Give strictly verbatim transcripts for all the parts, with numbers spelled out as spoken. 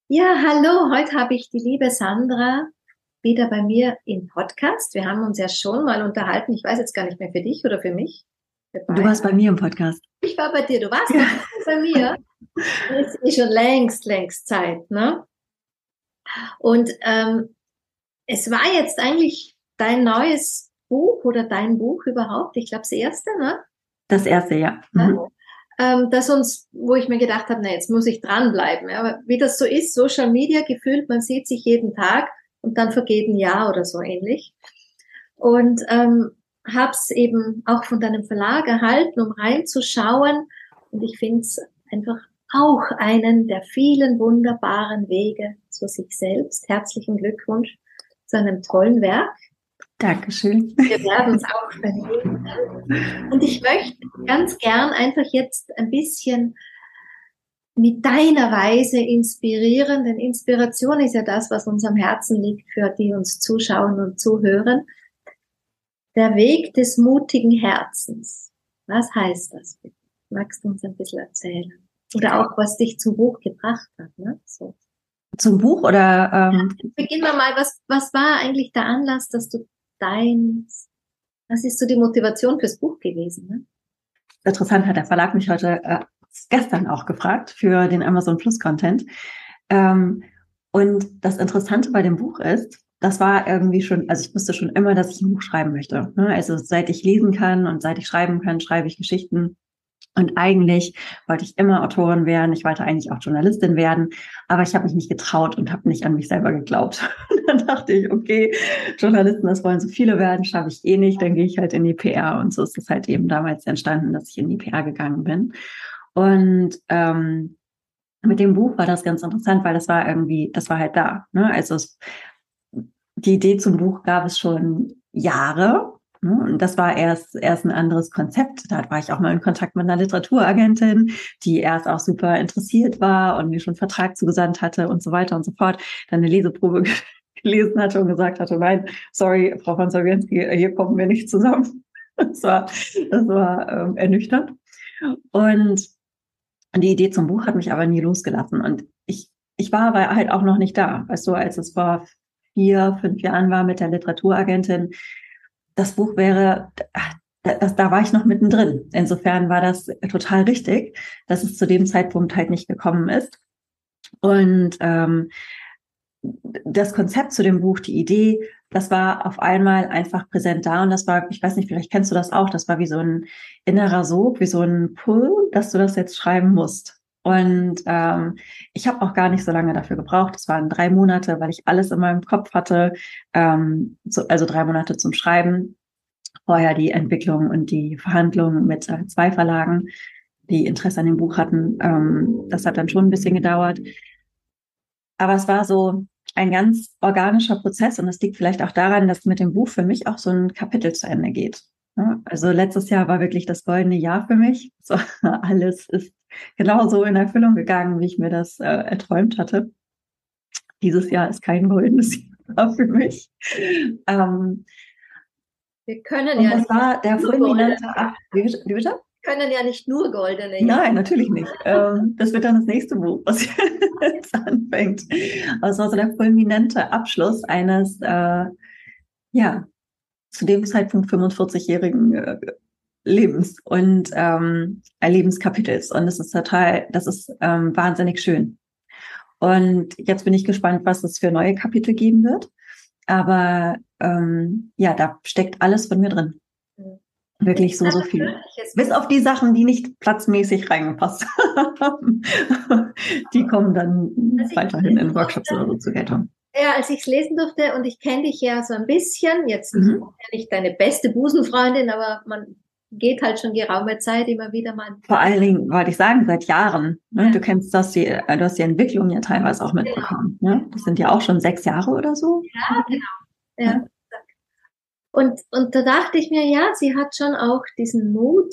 Ja, hallo, heute habe ich die liebe Sandra wieder bei mir im Podcast. Wir haben uns ja schon mal unterhalten. Ich weiß jetzt gar nicht mehr, für dich oder für mich. Für Du beide. warst bei mir im Podcast. Ich war bei dir, du warst noch Ja. nicht bei mir. Das ist eh schon längst, längst Zeit, ne? Und ähm, es war jetzt eigentlich dein neues Buch oder dein Buch überhaupt. Ich glaube, das erste, ne? Das erste, ja. Ja. Mhm. Ähm, das uns, wo ich mir gedacht habe, na, jetzt muss ich dranbleiben. Ja, aber wie das so ist, Social Media gefühlt, man sieht sich jeden Tag und dann vergeht ein Jahr oder so ähnlich. Und ähm, habe es eben auch von deinem Verlag erhalten, um reinzuschauen. Und ich finde es einfach auch einen der vielen wunderbaren Wege zu sich selbst. Herzlichen Glückwunsch zu einem tollen Werk. Dankeschön. Wir werden es auch verlinken. Und ich möchte ganz gern einfach jetzt ein bisschen mit deiner Weise inspirieren, denn Inspiration ist ja das, was uns am Herzen liegt, für die uns zuschauen und zuhören. Der Weg des mutigen Herzens. Was heißt das? Magst du uns ein bisschen erzählen? Oder auch, was dich zum Buch gebracht hat, ne? So. Zum Buch oder? Ähm, Beginnen wir mal, was, was war eigentlich der Anlass, dass du dein, was ist so die Motivation fürs Buch gewesen, ne? Interessant, hat der Verlag mich heute äh, gestern auch gefragt für den Amazon Plus Content. Ähm, und das Interessante bei dem Buch ist, das war irgendwie schon, also ich wusste schon immer, dass ich ein Buch schreiben möchte. Ne? Also seit ich lesen kann und seit ich schreiben kann, schreibe ich Geschichten. Und eigentlich wollte ich immer Autorin werden. Ich wollte eigentlich auch Journalistin werden, aber ich habe mich nicht getraut und habe nicht an mich selber geglaubt. Und dann dachte ich, okay, Journalisten, das wollen so viele werden, schaffe ich eh nicht. Dann gehe ich halt in die P R. Und so ist es halt eben damals entstanden, dass ich in die P R gegangen bin. Und ähm, mit dem Buch war das ganz interessant, weil das war irgendwie, das war halt da. Ne? Also es, die Idee zum Buch gab es schon Jahre. Und das war erst, erst ein anderes Konzept. Da war ich auch mal in Kontakt mit einer Literaturagentin, die erst auch super interessiert war und mir schon einen Vertrag zugesandt hatte und so weiter und so fort. Dann eine Leseprobe gelesen hatte und gesagt hatte, nein, sorry, Frau von Sawienski, hier kommen wir nicht zusammen. Das war, das war ähm, ernüchternd. Und die Idee zum Buch hat mich aber nie losgelassen. Und ich, ich war aber halt auch noch nicht da. Weißt du, als es vor vier, fünf Jahren war mit der Literaturagentin, das Buch wäre, das, da war ich noch mittendrin. Insofern war das total richtig, dass es zu dem Zeitpunkt halt nicht gekommen ist. Und ähm, das Konzept zu dem Buch, die Idee, das war auf einmal einfach präsent da. Und das war, ich weiß nicht, vielleicht kennst du das auch, das war wie so ein innerer Sog, wie so ein Pull, dass du das jetzt schreiben musst. Und ähm, ich habe auch gar nicht so lange dafür gebraucht. Das waren drei Monate, weil ich alles in meinem Kopf hatte. Ähm, so, also drei Monate zum Schreiben. Vorher die Entwicklung und die Verhandlungen mit äh, zwei Verlagen, die Interesse an dem Buch hatten. Ähm, das hat dann schon ein bisschen gedauert. Aber es war so ein ganz organischer Prozess und es liegt vielleicht auch daran, dass mit dem Buch für mich auch so ein Kapitel zu Ende geht. Also letztes Jahr war wirklich das goldene Jahr für mich. So, alles ist genauso in Erfüllung gegangen, wie ich mir das äh, erträumt hatte. Dieses Jahr ist kein goldenes Jahr für mich. Ähm, Wir können und ja das nicht war der nur goldene, fulminante Ab... Wie bitte? Wie bitte? können ja nicht nur goldene Jahre. Nein, natürlich nicht. Ähm, das wird dann das nächste Buch, was jetzt anfängt. Aber es war so der fulminante Abschluss eines, äh, ja, zu dem Zeitpunkt fünfundvierzig-jährigen äh, Lebens und ähm, äh, Lebenskapitels. Und das ist total, das ist ähm, wahnsinnig schön. Und jetzt bin ich gespannt, was es für neue Kapitel geben wird. Aber ähm, ja, da steckt alles von mir drin. Mhm. Wirklich so, so viel. Bis auf die Sachen, die nicht platzmäßig reingepasst haben. Die kommen dann Als ich weiterhin in Workshops oder so zur Geltung. Ja, als ich es lesen durfte, und ich kenne dich ja so ein bisschen, jetzt Mhm. nicht deine beste Busenfreundin, aber man geht halt schon geraume Zeit immer wieder mal. Vor allen Dingen, wollte ich sagen, seit Jahren. Ne? Ja. Du kennst das, die, du hast die Entwicklung ja teilweise auch mitbekommen. Ne? Das sind ja auch schon sechs Jahre oder so. Ja, genau. Ja. Ja. Und, und da dachte ich mir, ja, sie hat schon auch diesen Mut,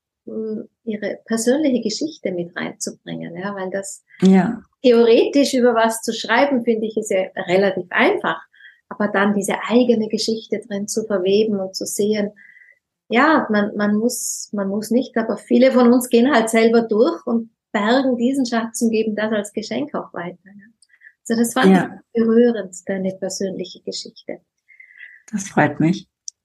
ihre persönliche Geschichte mit reinzubringen, ja, weil das Ja. theoretisch über was zu schreiben, finde ich, ist ja relativ einfach. Aber dann diese eigene Geschichte drin zu verweben und zu sehen, ja, man, man muss, man muss nicht, aber viele von uns gehen halt selber durch und bergen diesen Schatz und geben das als Geschenk auch weiter. Ja. Also das fand Ja, ich berührend, deine persönliche Geschichte. das freut mich.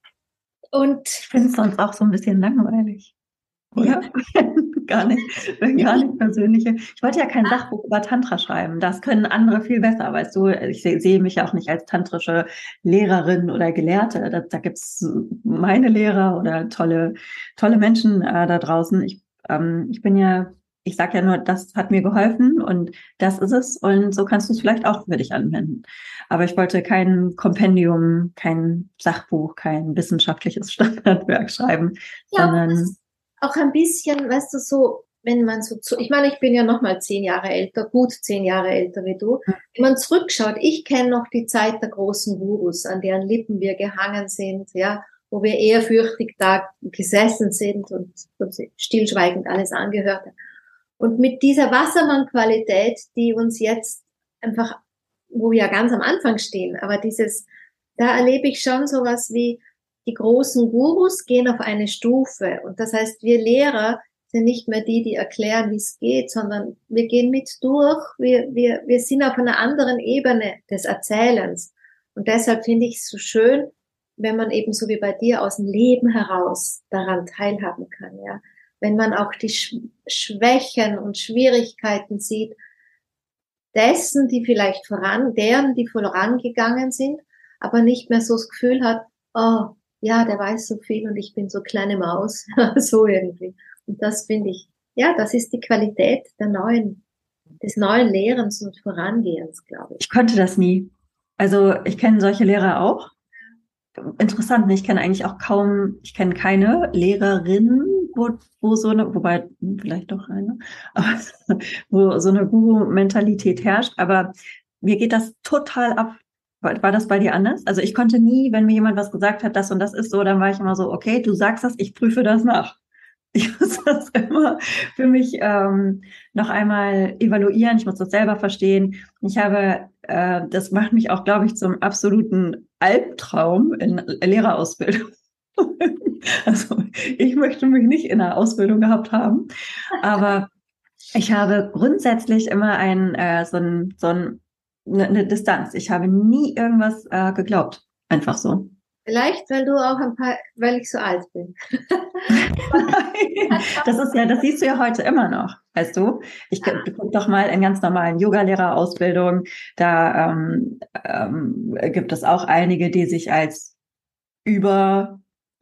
Und Ich finde es sonst auch so ein bisschen langweilig, ja, oder? Gar nicht, gar nicht persönliche. Ich wollte ja kein Sachbuch über Tantra schreiben. Das können andere viel besser, weißt du. Ich sehe sehe mich ja auch nicht als tantrische Lehrerin oder Gelehrte. Da, da gibt's meine Lehrer oder tolle, tolle Menschen äh, da draußen. Ich, ähm, ich bin ja, ich sage ja nur, das hat mir geholfen und das ist es. Und so kannst du es vielleicht auch für dich anwenden. Aber ich wollte kein Kompendium, kein Sachbuch, kein wissenschaftliches Standardwerk schreiben, ja, sondern auch ein bisschen, weißt du, so, wenn man so, zu, ich meine, ich bin ja noch mal zehn Jahre älter, gut zehn Jahre älter wie du. Wenn man zurückschaut, ich kenne noch die Zeit der großen Gurus, an deren Lippen wir gehangen sind, ja, wo wir ehrfürchtig da gesessen sind und, und stillschweigend alles angehört haben. Und mit dieser Wassermann-Qualität, die uns jetzt einfach, wo wir ja ganz am Anfang stehen, aber dieses, da erlebe ich schon sowas wie, die großen Gurus gehen auf eine Stufe. Und das heißt, wir Lehrer sind nicht mehr die, die erklären, wie es geht, sondern wir gehen mit durch. Wir, wir, wir sind auf einer anderen Ebene des Erzählens. Und deshalb finde ich es so schön, wenn man eben so wie bei dir aus dem Leben heraus daran teilhaben kann, ja. Wenn man auch die Schwächen und Schwierigkeiten sieht, dessen, die vielleicht voran, deren, die vorangegangen sind, aber nicht mehr so das Gefühl hat, oh, ja, der weiß so viel und ich bin so kleine Maus, so irgendwie. Und das finde ich, ja, das ist die Qualität der neuen, des neuen Lehrens und Vorangehens, glaube ich. ich konnte das nie. Also ich kenne solche Lehrer auch. Interessant, ne? Ich kenne eigentlich auch kaum, ich kenne keine Lehrerin, wo, wo so eine, wobei vielleicht doch eine, aber wo so eine Guru-Mentalität herrscht. Aber mir geht das total ab. War, war das bei dir anders? Also ich konnte nie, wenn mir jemand was gesagt hat, das und das ist so, dann war ich immer so, okay, du sagst das, ich prüfe das nach. Ich muss das immer für mich ähm, noch einmal evaluieren. Ich muss das selber verstehen. Ich habe, äh, das macht mich auch, glaube ich, zum absoluten Albtraum in Lehrerausbildung. Also ich möchte mich nicht in einer Ausbildung gehabt haben, aber ich habe grundsätzlich immer ein, äh, so ein, so ein, eine, eine Distanz. Ich habe nie irgendwas äh, geglaubt. Einfach so. Vielleicht, weil du auch ein paar, weil ich so alt bin. Das ist ja, das siehst du ja heute immer noch, weißt du? Ich guck doch mal in ganz normalen Yogalehrerausbildungen, da ähm, ähm, gibt es auch einige, die sich als Überlehrer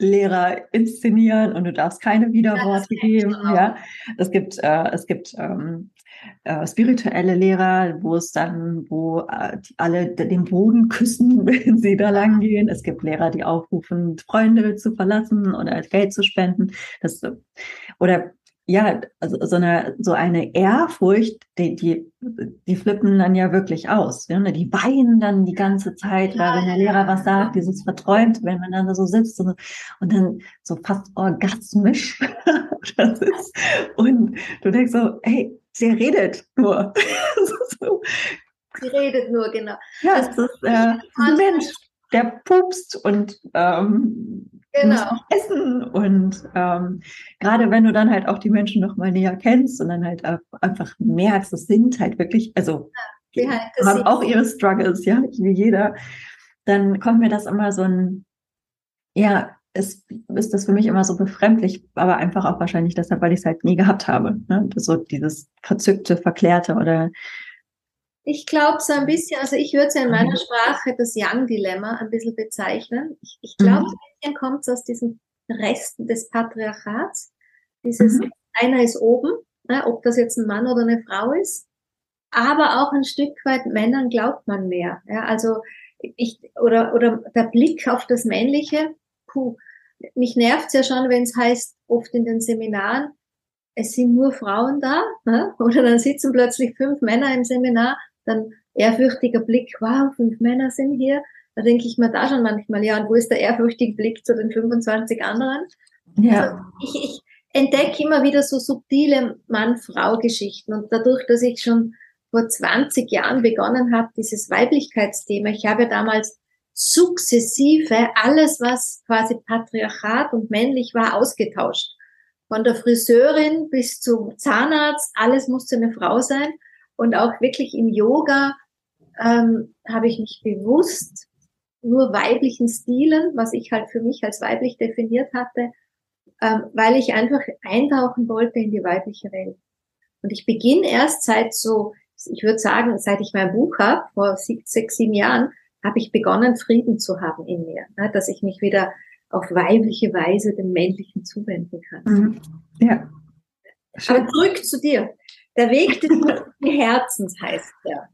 inszenieren und du darfst keine Widerworte geben, ja. Es gibt, äh, es gibt ähm, äh, spirituelle Lehrer, wo es dann, wo äh, die alle den Boden küssen, wenn sie da lang gehen. Es gibt Lehrer, die aufrufen, Freunde zu verlassen oder Geld zu spenden. Das, oder ja, also so eine, so eine Ehrfurcht, die, die, die flippen dann ja wirklich aus. Ne? Die weinen dann die ganze Zeit, weil wenn der Lehrer was sagt, dieses Verträumt, wenn man dann da so sitzt und, und dann so fast orgasmisch da sitzt und du denkst so, hey, sie redet nur. So. Sie redet nur, genau. Ja, es ist äh, ein Mensch, der pupst und ähm, genau. muss noch essen. Und ähm, gerade wenn du dann halt auch die Menschen noch mal näher kennst und dann halt einfach merkst, es sind halt wirklich, also die haben auch ihre Struggles, ja, wie jeder, dann kommt mir das immer so ein, ja, es ist das für mich immer so befremdlich, aber einfach auch wahrscheinlich deshalb, weil ich es halt nie gehabt habe. Ne? So dieses verzückte, verklärte oder ich glaube so ein bisschen, also ich würde es ja in meiner Sprache das Yang-Dilemma ein bisschen bezeichnen. Ich, ich glaube, mhm. so ein bisschen kommt es aus diesen Resten des Patriarchats. Dieses, mhm. einer ist oben, ne, ob das jetzt ein Mann oder eine Frau ist, aber auch ein Stück weit Männern glaubt man mehr. Ja, also ich, oder, oder der Blick auf das Männliche, puh, mich nervt's ja schon, wenn es heißt, oft in den Seminaren, es sind nur Frauen da, ne? Oder dann sitzen plötzlich fünf Männer im Seminar, dann ehrfürchtiger Blick, wow, fünf Männer sind hier. Da denke ich mir da schon manchmal, ja, und wo ist der ehrfürchtige Blick zu den fünfundzwanzig anderen? Ja. Also ich, ich entdecke immer wieder so subtile Mann-Frau-Geschichten und dadurch, dass ich schon vor zwanzig Jahren begonnen habe, dieses Weiblichkeitsthema, ich habe ja damals sukzessive alles, was quasi Patriarchat und männlich war, ausgetauscht. Von der Friseurin bis zum Zahnarzt, alles musste eine Frau sein. Und auch wirklich im Yoga ähm, habe ich mich bewusst nur weiblichen Stilen, was ich halt für mich als weiblich definiert hatte, ähm, weil ich einfach eintauchen wollte in die weibliche Welt. Und ich beginne erst seit so, ich würde sagen, seit ich mein Buch habe, vor sechs, sieben Jahren, habe ich begonnen, Frieden zu haben in mir, ne, dass ich mich wieder auf weibliche Weise dem Männlichen zuwenden kann. Mhm. Ja. Schön. Aber zurück zu dir. Der Weg des mutigen Herzens heißt der.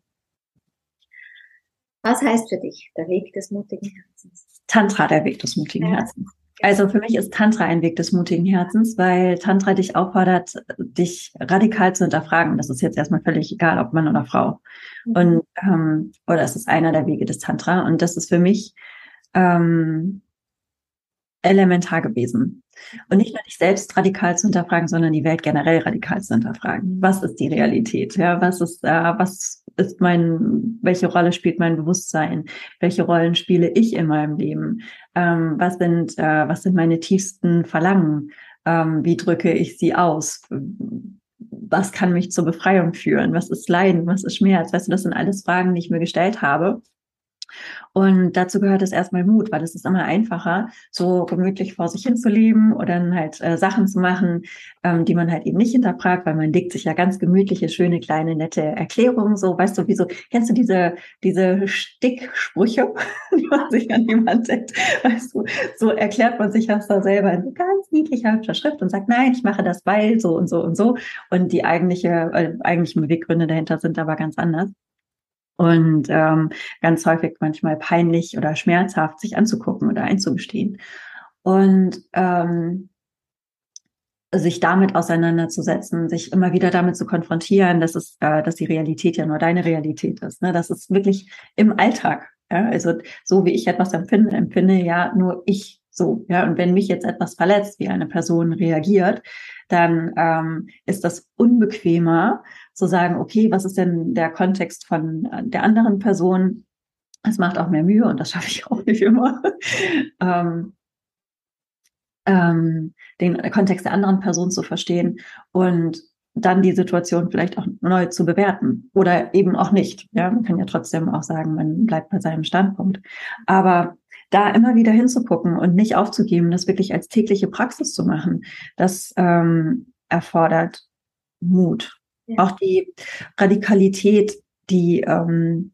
Was heißt für dich der Weg des mutigen Herzens? Tantra, der Weg des mutigen ja. Herzens. Also für mich ist Tantra ein Weg des mutigen Herzens, weil Tantra dich auffordert, dich radikal zu hinterfragen. Das ist jetzt erstmal völlig egal, ob Mann oder Frau. Mhm. Und ähm, oder es ist einer der Wege des Tantra. Und das ist für mich ähm, elementar gewesen. Und nicht nur dich selbst radikal zu hinterfragen, sondern die Welt generell radikal zu hinterfragen. Was ist die Realität? Ja, was ist, äh, was ist mein, welche Rolle spielt mein Bewusstsein? Welche Rollen spiele ich in meinem Leben? Ähm, was sind, äh, was sind meine tiefsten Verlangen? Ähm, wie drücke ich sie aus? Was kann mich zur Befreiung führen? Was ist Leiden? Was ist Schmerz? Weißt du, das sind alles Fragen, die ich mir gestellt habe. Und dazu gehört es erstmal Mut, weil es ist immer einfacher, so gemütlich vor sich hin zu leben oder dann halt äh, Sachen zu machen, ähm, die man halt eben nicht hinterfragt, weil man legt sich ja ganz gemütliche, schöne, kleine, nette Erklärungen, so, weißt du, wieso, kennst du diese, diese Sticksprüche, die man sich an die Wand deckt, weißt du, so erklärt man sich das da selber in so ganz niedlicher, hübscher Schrift und sagt, nein, ich mache das, weil so und so und so und die eigentliche, äh, eigentlichen Beweggründe dahinter sind aber ganz anders. Und ähm, ganz häufig manchmal peinlich oder schmerzhaft sich anzugucken oder einzugestehen. Und ähm, sich damit auseinanderzusetzen, sich immer wieder damit zu konfrontieren, dass es, äh, dass die Realität ja nur deine Realität ist. Ne? Das ist wirklich im Alltag. Ja? Also so wie ich etwas empfinde, empfinde ja nur ich so. Ja, und wenn mich jetzt etwas verletzt, wie eine Person reagiert, dann ähm, ist das unbequemer zu sagen, okay, was ist denn der Kontext von der anderen Person? Es macht auch mehr Mühe und das schaffe ich auch nicht immer. ähm, ähm, den Kontext der anderen Person zu verstehen und dann die Situation vielleicht auch neu zu bewerten oder eben auch nicht. Ja, man kann ja trotzdem auch sagen, man bleibt bei seinem Standpunkt. Aber da immer wieder hinzugucken und nicht aufzugeben, das wirklich als tägliche Praxis zu machen, das ähm, erfordert Mut. Ja. Auch die Radikalität, die ähm,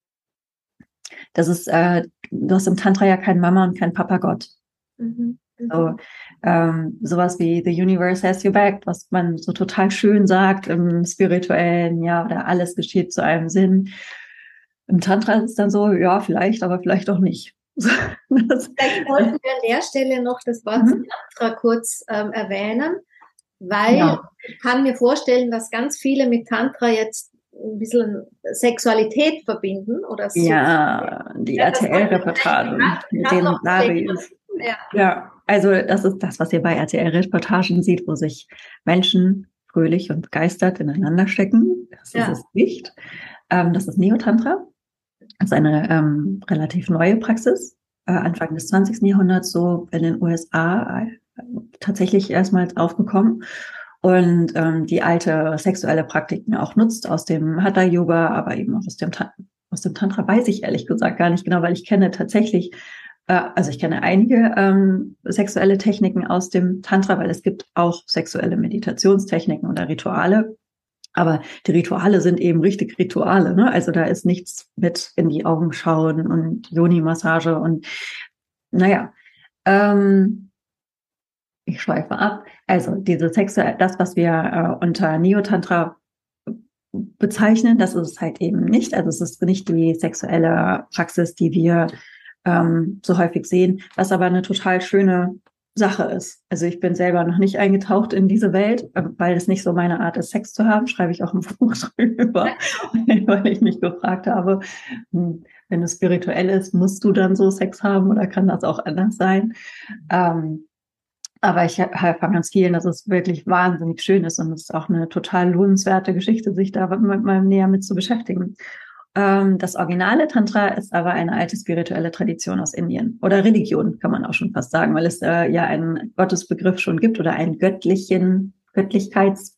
das ist, äh, du hast im Tantra ja kein Mama und kein Papa Gott. Mhm. So, ähm, sowas wie The Universe has your back, was man so total schön sagt im Spirituellen, ja, oder alles geschieht zu einem Sinn. Im Tantra ist es dann so, ja, vielleicht, aber vielleicht auch nicht. Vielleicht sollten wir an der Stelle noch das Wort mhm. Tantra kurz ähm, erwähnen, weil ja. ich kann mir vorstellen, dass ganz viele mit Tantra jetzt ein bisschen Sexualität verbinden oder so. Ja, die ja, R T L-Reportagen mit den Laris. Ja. ja, also das ist das, was ihr bei R T L-Reportagen seht, wo sich Menschen fröhlich und begeistert ineinander stecken. Das ja. ist es nicht. Ähm, das ist Neotantra. Das ist eine ähm, relativ neue Praxis. Äh, Anfang des zwanzigsten Jahrhunderts so in den U S A äh, tatsächlich erstmals aufgekommen. Und ähm, die alte sexuelle Praktiken auch nutzt aus dem Hatha-Yoga, aber eben auch aus dem, aus dem Tantra weiß ich ehrlich gesagt gar nicht genau, weil ich kenne tatsächlich Also ich kenne einige ähm, sexuelle Techniken aus dem Tantra, weil es gibt auch sexuelle Meditationstechniken oder Rituale. Aber die Rituale sind eben richtig Rituale. Ne? Also da ist nichts mit in die Augen schauen und Yoni-Massage und naja. Ähm, ich schweife ab. Also diese sexuelle, das, was wir äh, unter Neotantra bezeichnen, das ist es halt eben nicht. Also es ist nicht die sexuelle Praxis, die wir ähm, so häufig sehen, was aber eine total schöne Sache ist. Also ich bin selber noch nicht eingetaucht in diese Welt, weil es nicht so meine Art ist, Sex zu haben, schreibe ich auch im Buch drüber, weil ich mich gefragt habe, wenn es spirituell ist, musst du dann so Sex haben oder kann das auch anders sein? Ähm, aber ich höre von ganz vielen, dass es wirklich wahnsinnig schön ist und es ist auch eine total lohnenswerte Geschichte, sich da mal näher mit zu beschäftigen. Das originale Tantra ist aber eine alte spirituelle Tradition aus Indien oder Religion, kann man auch schon fast sagen, weil es äh, ja einen Gottesbegriff schon gibt oder einen göttlichen Göttlichkeitsbegriff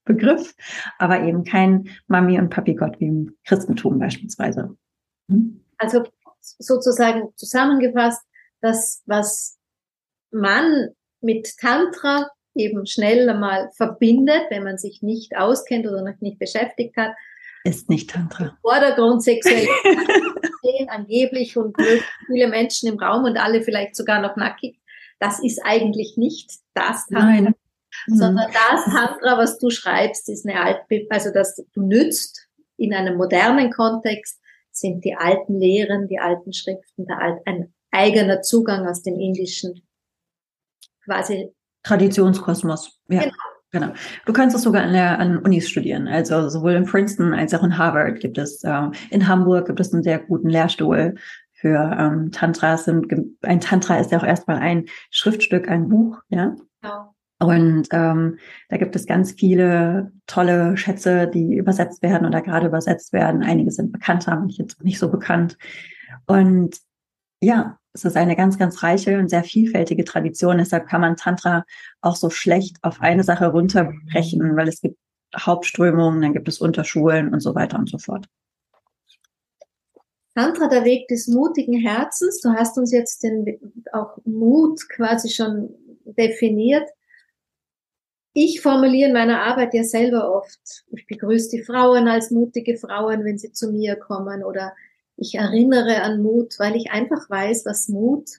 Begriff, aber eben kein Mami- und Papi-Gott wie im Christentum beispielsweise. Hm? Also sozusagen zusammengefasst, das, was man mit Tantra eben schnell einmal verbindet, wenn man sich nicht auskennt oder noch nicht beschäftigt hat, ist nicht Tantra. Im Vordergrund sexuell stehen, angeblich und viele Menschen im Raum und alle vielleicht sogar noch nackig. Das ist eigentlich nicht das Tantra, Nein. sondern das Tantra, was du schreibst, ist eine alte, also das du nützt in einem modernen Kontext, sind die alten Lehren, die alten Schriften, der alt, ein eigener Zugang aus dem indischen quasi Traditionskosmos. Ja, genau. genau. Du kannst es sogar an der an Unis studieren. Also sowohl in Princeton als auch in Harvard gibt es, äh, in Hamburg gibt es einen sehr guten Lehrstuhl für ähm, Tantras. Sind, ein Tantra ist ja auch erstmal ein Schriftstück, ein Buch, ja. Genau. Und ähm, da gibt es ganz viele tolle Schätze, die übersetzt werden oder gerade übersetzt werden. Einige sind bekannter, manche jetzt nicht so bekannt. Und ja, es ist eine ganz, ganz reiche und sehr vielfältige Tradition. Deshalb kann man Tantra auch so schlecht auf eine Sache runterbrechen, weil es gibt Hauptströmungen, dann gibt es Unterschulen und so weiter und so fort. Tantra, der Weg des mutigen Herzens. Du hast uns jetzt den auch Mut quasi schon definiert. Ich formuliere in meiner Arbeit ja selber oft, ich begrüße die Frauen als mutige Frauen, wenn sie zu mir kommen, oder ich erinnere an Mut, weil ich einfach weiß, was Mut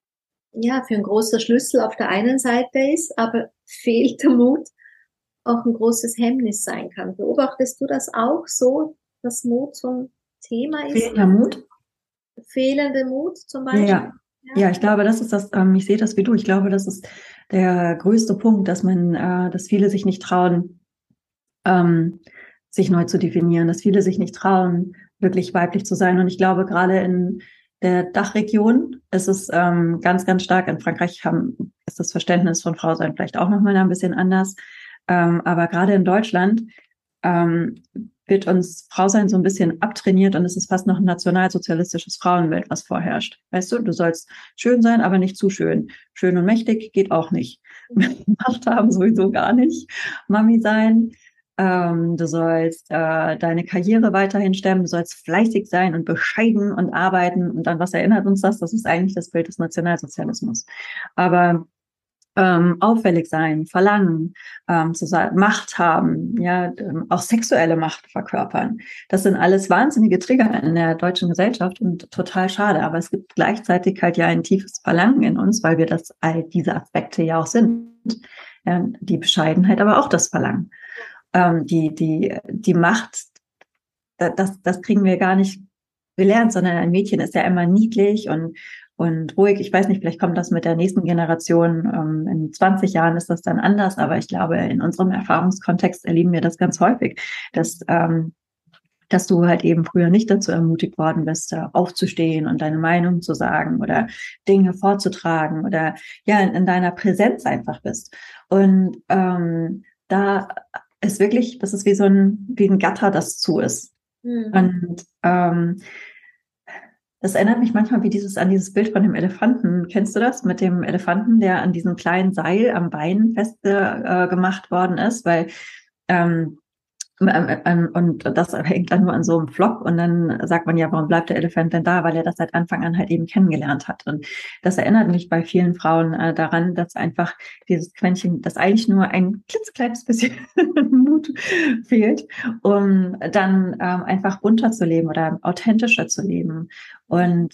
ja für ein großer Schlüssel auf der einen Seite ist, aber fehlter Mut auch ein großes Hemmnis sein kann. Beobachtest du das auch so, dass Mut so ein Thema ist? Fehlender Mut? Fehlende Mut zum Beispiel? Ja. Ja, ich glaube, das ist das, ähm, ich sehe das wie du, ich glaube, das ist der größte Punkt, dass man, äh, dass viele sich nicht trauen, ähm, sich neu zu definieren, dass viele sich nicht trauen, wirklich weiblich zu sein. Und ich glaube, gerade in der Dachregion ist es ähm, ganz, ganz stark. In Frankreich haben, ist das Verständnis von Frau sein vielleicht auch nochmal ein bisschen anders. Ähm, aber gerade in Deutschland ähm, wird uns Frau sein so ein bisschen abtrainiert und es ist fast noch ein nationalsozialistisches Frauenbild, was vorherrscht. Weißt du, du sollst schön sein, aber nicht zu schön. Schön und mächtig geht auch nicht. Macht haben sowieso gar nicht. Mami sein. Ähm, du sollst äh, deine Karriere weiterhin stemmen, du sollst fleißig sein und bescheiden und arbeiten. Und an was erinnert uns das? Das ist eigentlich das Bild des Nationalsozialismus. Aber ähm, auffällig sein, verlangen, ähm, zu sagen, Macht haben, ja, ähm, auch sexuelle Macht verkörpern. Das sind alles wahnsinnige Trigger in der deutschen Gesellschaft und total schade. Aber es gibt gleichzeitig halt ja ein tiefes Verlangen in uns, weil wir das all diese Aspekte ja auch sind. Ja, die Bescheidenheit, aber auch das Verlangen. Ähm, die, die, die Macht, das, das kriegen wir gar nicht gelernt, sondern ein Mädchen ist ja immer niedlich und und ruhig. Ich weiß nicht, vielleicht kommt das mit der nächsten Generation. Ähm, in zwanzig Jahren ist das dann anders, aber ich glaube, in unserem Erfahrungskontext erleben wir das ganz häufig, dass, ähm, dass du halt eben früher nicht dazu ermutigt worden bist, aufzustehen und deine Meinung zu sagen oder Dinge vorzutragen oder ja, in, in deiner Präsenz einfach bist. Und ähm, da ist wirklich, das ist wie so ein, wie ein Gatter, das zu ist. Mhm. Und ähm, das erinnert mich manchmal wie dieses an dieses Bild von dem Elefanten. Kennst du das? Mit dem Elefanten, der an diesem kleinen Seil am Bein festgemacht äh, gemacht worden ist, weil ähm, ähm, und das hängt dann nur an so einem Flock und dann sagt man ja, warum bleibt der Elefant denn da? Weil er das seit Anfang an halt eben kennengelernt hat. Und das erinnert mich bei vielen Frauen äh, daran, dass einfach dieses Quäntchen, das eigentlich nur ein klitzekleines bisschen Mut fehlt, um dann ähm, einfach bunter zu leben oder authentischer zu leben und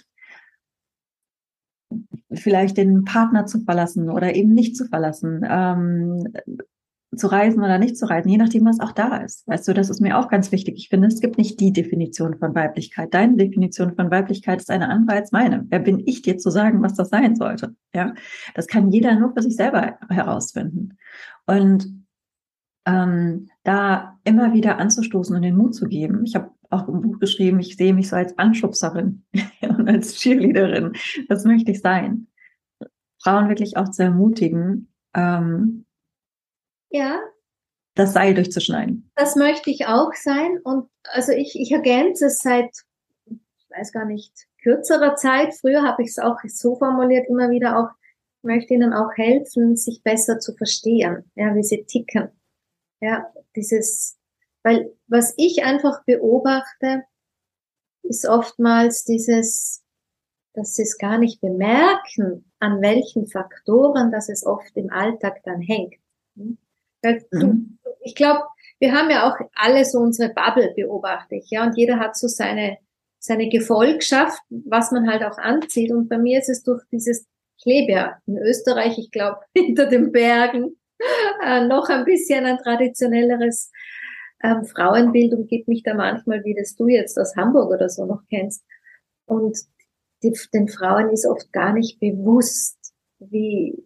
vielleicht den Partner zu verlassen oder eben nicht zu verlassen, ähm, zu reisen oder nicht zu reisen, je nachdem, was auch da ist. Weißt du, das ist mir auch ganz wichtig. Ich finde, es gibt nicht die Definition von Weiblichkeit. Deine Definition von Weiblichkeit ist eine andere als meine. Wer bin ich, dir zu sagen, was das sein sollte? Ja, das kann jeder nur für sich selber herausfinden. Und ähm, da immer wieder anzustoßen und den Mut zu geben. Ich habe auch im Buch geschrieben, ich sehe mich so als Anschubserin und als Cheerleaderin. Das möchte ich sein. Frauen wirklich auch zu ermutigen, ähm, ja, das Seil durchzuschneiden. Das möchte ich auch sein. Und also ich, ich ergänze es seit, ich weiß gar nicht, kürzerer Zeit. Früher habe ich es auch so formuliert, immer wieder auch, ich möchte ihnen auch helfen, sich besser zu verstehen, ja, wie sie ticken. Ja, dieses, weil was ich einfach beobachte, ist oftmals dieses, dass sie es gar nicht bemerken, an welchen Faktoren, dass es oft im Alltag dann hängt. Weil du, Mhm. ich glaube, wir haben ja auch alle so unsere Bubble, beobachte ich, ja, und jeder hat so seine, seine Gefolgschaft, was man halt auch anzieht. Und bei mir ist es durch dieses, ich lebe ja in Österreich, ich glaube, hinter den Bergen, äh, noch ein bisschen ein traditionelleres ähm, Frauenbild und gibt mich da manchmal, wie das du jetzt aus Hamburg oder so noch kennst. Und die, den Frauen ist oft gar nicht bewusst, wie,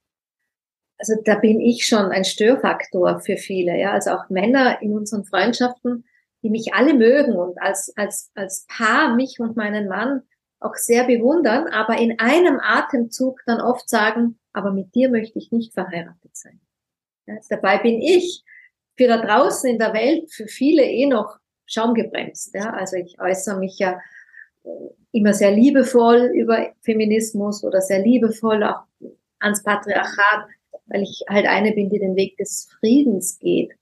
also da bin ich schon ein Störfaktor für viele, ja, also auch Männer in unseren Freundschaften, die mich alle mögen und als, als, als Paar mich und meinen Mann auch sehr bewundern, aber in einem Atemzug dann oft sagen, aber mit dir möchte ich nicht verheiratet sein. Ja, dabei bin ich für da draußen in der Welt für viele eh noch schaumgebremst, ja, also ich äußere mich ja immer sehr liebevoll über Feminismus oder sehr liebevoll auch ans Patriarchat, weil ich halt eine bin, die den Weg des Friedens geht.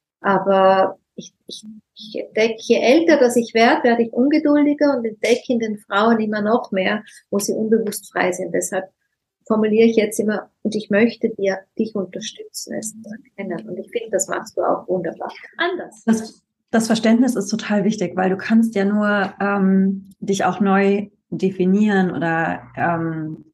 Aber ich, ich, ich entdecke, je älter dass ich werde, werde ich ungeduldiger und entdecke in den Frauen immer noch mehr, wo sie unbewusst frei sind. Deshalb formuliere ich jetzt immer, und ich möchte dir, dich unterstützen, es zu erkennen. Und ich finde, das machst du auch wunderbar. Anders. Das, das Verständnis ist total wichtig, weil du kannst ja nur ähm, dich auch neu definieren oder ähm,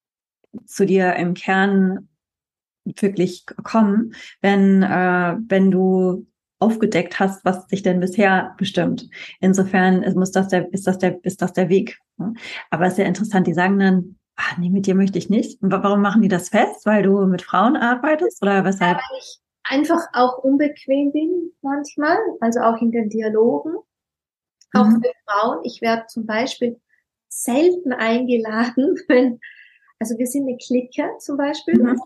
zu dir im Kern wirklich kommen, wenn, äh, wenn du aufgedeckt hast, was dich denn bisher bestimmt. Insofern muss das der, ist das der, ist das der Weg. Aber es ist ja interessant, die sagen dann, ach nee, mit dir möchte ich nicht. Und warum machen die das fest? Weil du mit Frauen arbeitest oder weshalb? Ja, weil ich einfach auch unbequem bin manchmal, also auch in den Dialogen, auch Mhm. für Frauen. Ich werde zum Beispiel selten eingeladen, wenn, also wir sind eine Clique zum Beispiel, Mhm.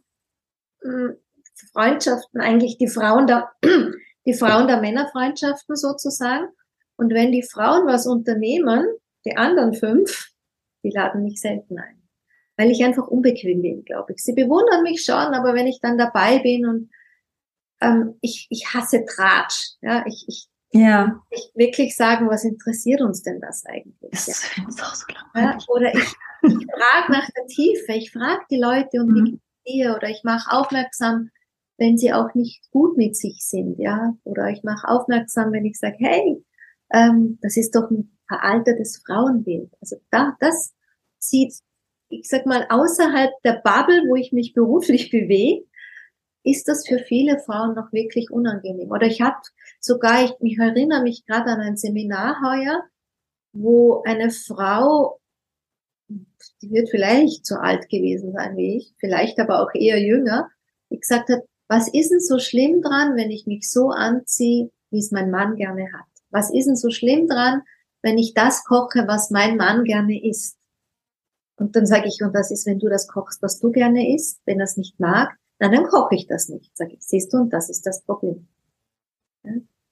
Freundschaften eigentlich die Frauen der, die Frauen der Männerfreundschaften sozusagen. Und wenn die Frauen was unternehmen, die anderen fünf, die laden mich selten ein. Weil ich einfach unbequem bin, glaube ich. Sie bewundern mich schon, aber wenn ich dann dabei bin und ähm, ich, ich hasse Tratsch, ja, ich, ich, Ja, ich wirklich sagen, was interessiert uns denn das eigentlich? das Ja. ist auch so Ja, langweilig. oder ich, ich frage nach der Tiefe, ich frage die Leute und wie Mhm. geht's dir? Oder ich mache aufmerksam, wenn sie auch nicht gut mit sich sind, ja. Oder ich mache aufmerksam, wenn ich sage, hey, ähm, das ist doch ein veraltetes Frauenbild. Also da, das sieht, ich sag mal, außerhalb der Bubble, wo ich mich beruflich bewege, ist das für viele Frauen noch wirklich unangenehm. Oder ich habe sogar, ich mich erinnere mich gerade an ein Seminar heuer, wo eine Frau, die wird vielleicht so alt gewesen sein wie ich, vielleicht aber auch eher jünger, die gesagt hat, was ist denn so schlimm dran, wenn ich mich so anziehe, wie es mein Mann gerne hat? Was ist denn so schlimm dran, wenn ich das koche, was mein Mann gerne isst? Und dann sage ich, und das ist, wenn du das kochst, was du gerne isst, wenn er es nicht mag, na, dann koche ich das nicht, sage ich, siehst du, und das ist das Problem. Ja?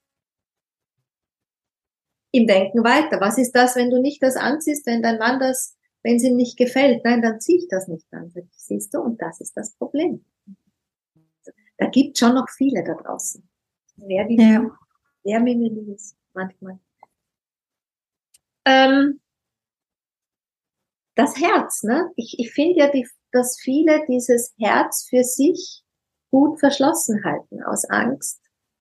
Im Denken weiter. Was ist das, wenn du nicht das anziehst, wenn dein Mann das, wenn es ihm nicht gefällt? Nein, dann ziehe ich das nicht an. Sag ich, siehst du, und das ist das Problem. Da gibt schon noch viele da draußen. Wer wie Ja. wer Mimimi ist, manchmal. Ähm, das Herz, ne? Ich, ich finde ja, die, dass viele dieses Herz für sich gut verschlossen halten, aus Angst,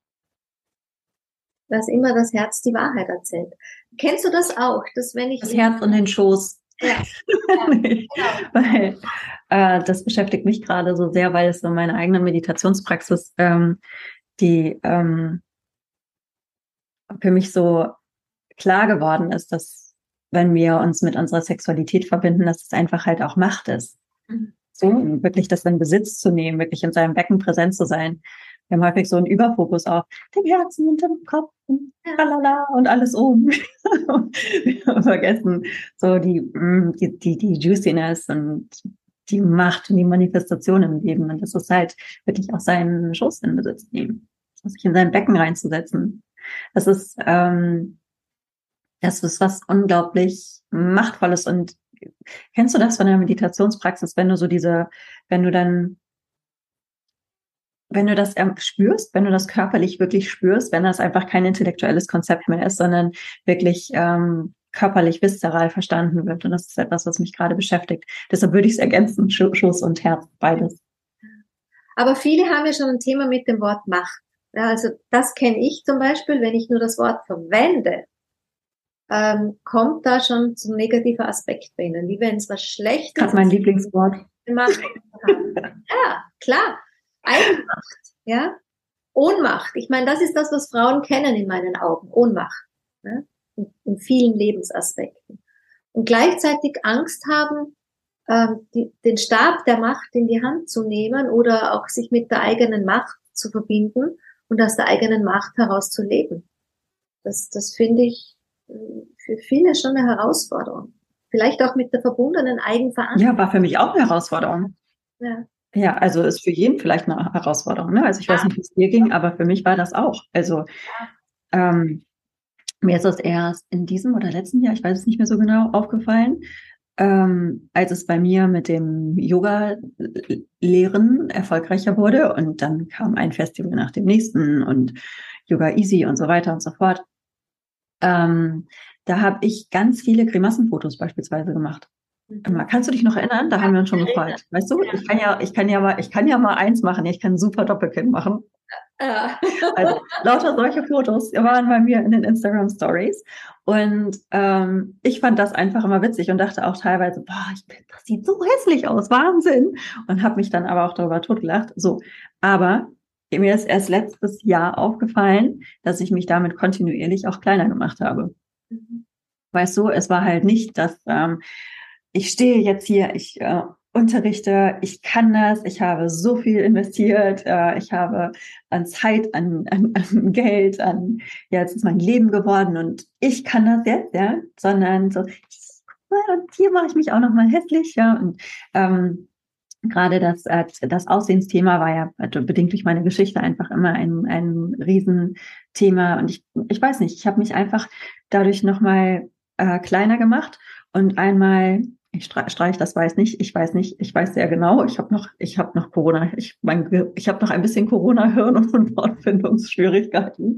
dass immer das Herz die Wahrheit erzählt. Kennst du das auch, dass wenn ich Das in, Herz und den Schoß. ja, Nee, genau. weil äh, das beschäftigt mich gerade so sehr, weil es so meine eigene Meditationspraxis, ähm, die ähm, für mich so klar geworden ist, dass wenn wir uns mit unserer Sexualität verbinden, dass es einfach halt auch Macht ist. Mhm. So, um wirklich das in Besitz zu nehmen, wirklich in seinem Becken präsent zu sein. Wir haben häufig so einen Überfokus auf dem Herzen und dem Kopf und tralala und alles oben. Wir vergessen so die, die, die, die Juiciness und die Macht und die Manifestation im Leben. Und das ist halt wirklich auch seinen Schoß in Besitz nehmen, sich in sein Becken reinzusetzen. Das ist, ähm, das ist was unglaublich Machtvolles. Und kennst du das von der Meditationspraxis, wenn du so diese, wenn du dann wenn du das ähm, spürst, wenn du das körperlich wirklich spürst, wenn das einfach kein intellektuelles Konzept mehr ist, sondern wirklich ähm, körperlich, viszeral verstanden wird. Und das ist etwas, was mich gerade beschäftigt. Deshalb würde ich es ergänzen, Sch- Schoß und Herz, beides. Aber viele haben ja schon ein Thema mit dem Wort Macht. Ja, also das kenne ich zum Beispiel, wenn ich nur das Wort verwende, ähm, kommt da schon zum negativen Aspekt bei Ihnen. Wie wenn es was Schlechtes Gerade mein Lieblingswort. Macht. Ja, klar. Eigenmacht, ja. Ohnmacht. Ich meine, das ist das, was Frauen kennen in meinen Augen. Ohnmacht. Ja? In, in vielen Lebensaspekten. Und gleichzeitig Angst haben, ähm, die, den Stab der Macht in die Hand zu nehmen oder auch sich mit der eigenen Macht zu verbinden und aus der eigenen Macht heraus zu leben. Das, das finde ich für viele schon eine Herausforderung. Vielleicht auch mit der verbundenen Eigenverantwortung. Ja, war für mich auch eine Herausforderung. Ja. Ja, also ist für jeden vielleicht eine Herausforderung. Ne? Also ich weiß nicht, wie es dir ging, aber für mich war das auch. Also ähm, mir ist das erst in diesem oder letzten Jahr, ich weiß es nicht mehr so genau, aufgefallen, ähm, als es bei mir mit dem Yoga-Lehren erfolgreicher wurde. Und dann kam ein Festival nach dem nächsten und Yoga Easy und so weiter und so fort. Ähm, da habe ich ganz viele Grimassenfotos beispielsweise gemacht. Mhm. Kannst du dich noch erinnern? Da haben wir uns schon gefreut. Weißt du, ich kann ja, ich kann ja mal, ich kann ja mal eins machen. Ich kann super Doppelkinn machen. Ja. Also lauter solche Fotos waren bei mir in den Instagram Stories. Und ähm, ich fand das einfach immer witzig und dachte auch teilweise, boah, ich, das sieht so hässlich aus, Wahnsinn. Und habe mich dann aber auch darüber totgelacht. So, aber mir ist erst letztes Jahr aufgefallen, dass ich mich damit kontinuierlich auch kleiner gemacht habe. Mhm. Weißt du, es war halt nicht, dass ähm, ich stehe jetzt hier, ich äh, unterrichte, ich kann das, ich habe so viel investiert, äh, ich habe an Zeit, an, an, an Geld, an, ja, jetzt ist mein Leben geworden und ich kann das jetzt, ja, sondern so, und hier mache ich mich auch nochmal hässlich, ja, und ähm, gerade das, äh, das Aussehensthema war ja bedingt durch meine Geschichte einfach immer ein, ein Riesenthema und ich, ich weiß nicht, ich habe mich einfach dadurch nochmal äh, kleiner gemacht und einmal ich streich das weiß nicht, ich weiß nicht, ich weiß sehr genau, ich habe noch, ich habe noch Corona, ich mein, ich habe noch ein bisschen Corona-Hirn und Wortfindungsschwierigkeiten.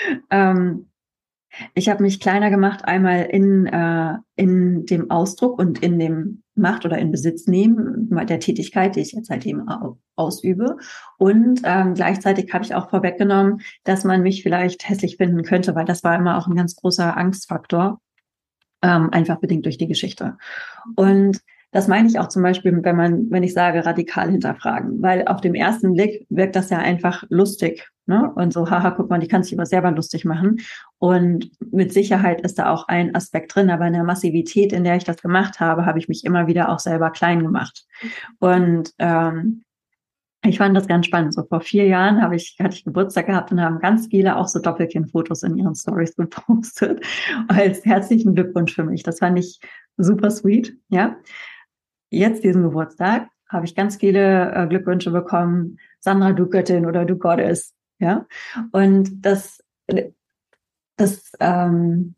Ähm, ich habe mich kleiner gemacht, einmal in, äh, in dem Ausdruck und in dem Macht- oder in Besitz nehmen der Tätigkeit, die ich jetzt halt eben ausübe. Und ähm, gleichzeitig habe ich auch vorweggenommen, dass man mich vielleicht hässlich finden könnte, weil das war immer auch ein ganz großer Angstfaktor. Ähm, einfach bedingt durch die Geschichte. Und das meine ich auch zum Beispiel, wenn man, wenn ich sage, radikal hinterfragen, weil auf dem ersten Blick wirkt das ja einfach lustig, ne? Und so, haha, guck mal, die kann sich über selber lustig machen. Und mit Sicherheit ist da auch ein Aspekt drin, aber in der Massivität, in der ich das gemacht habe, habe ich mich immer wieder auch selber klein gemacht. Und ähm, ich fand das ganz spannend. So vor vier Jahren habe ich, hatte ich Geburtstag gehabt und haben ganz viele auch so Doppelkinn-Fotos in ihren Stories gepostet als herzlichen Glückwunsch für mich. Das fand ich super sweet, ja. Jetzt diesen Geburtstag habe ich ganz viele äh, Glückwünsche bekommen. Sandra, du Göttin oder du Goddess, ja. Und das, das, ähm,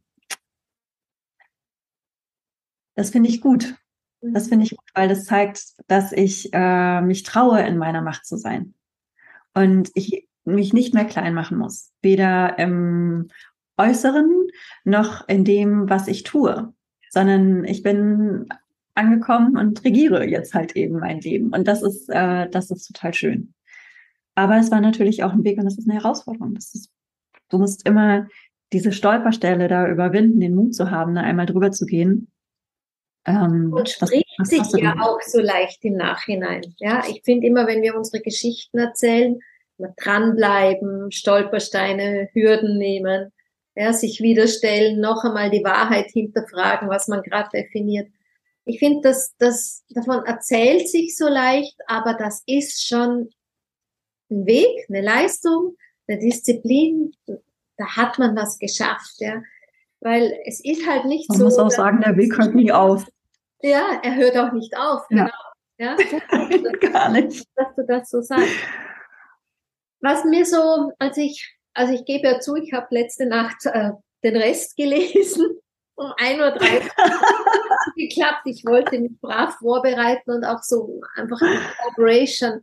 das finde ich gut. Das finde ich gut, weil das zeigt, dass ich äh, mich traue, in meiner Macht zu sein. Und ich mich nicht mehr klein machen muss. Weder im Äußeren noch in dem, was ich tue. Sondern ich bin angekommen und regiere jetzt halt eben mein Leben. Und das ist, äh, das ist total schön. Aber es war natürlich auch ein Weg und das ist eine Herausforderung. Das ist, du musst immer diese Stolperstelle da überwinden, den Mut zu haben, da einmal drüber zu gehen. Ähm, und spricht was, was sich ja auch so leicht im Nachhinein. Ja, ich finde immer, wenn wir unsere Geschichten erzählen, dranbleiben, Stolpersteine, Hürden nehmen, ja, sich widerstellen, noch einmal die Wahrheit hinterfragen, was man gerade definiert. Ich finde, dass das davon erzählt sich so leicht, aber das ist schon ein Weg, eine Leistung, eine Disziplin. Da hat man was geschafft, ja. Weil es ist halt nicht man so. Man muss auch sagen, der Weg hört nie auf. Ja, er hört auch nicht auf, ja. genau. Ja, gar nicht. Dass du das so sagst. Was mir so, als ich, also ich gebe ja zu, ich habe letzte Nacht äh, den Rest gelesen, um ein Uhr dreißig geklappt. Ich wollte mich brav vorbereiten und auch so einfach in Operation.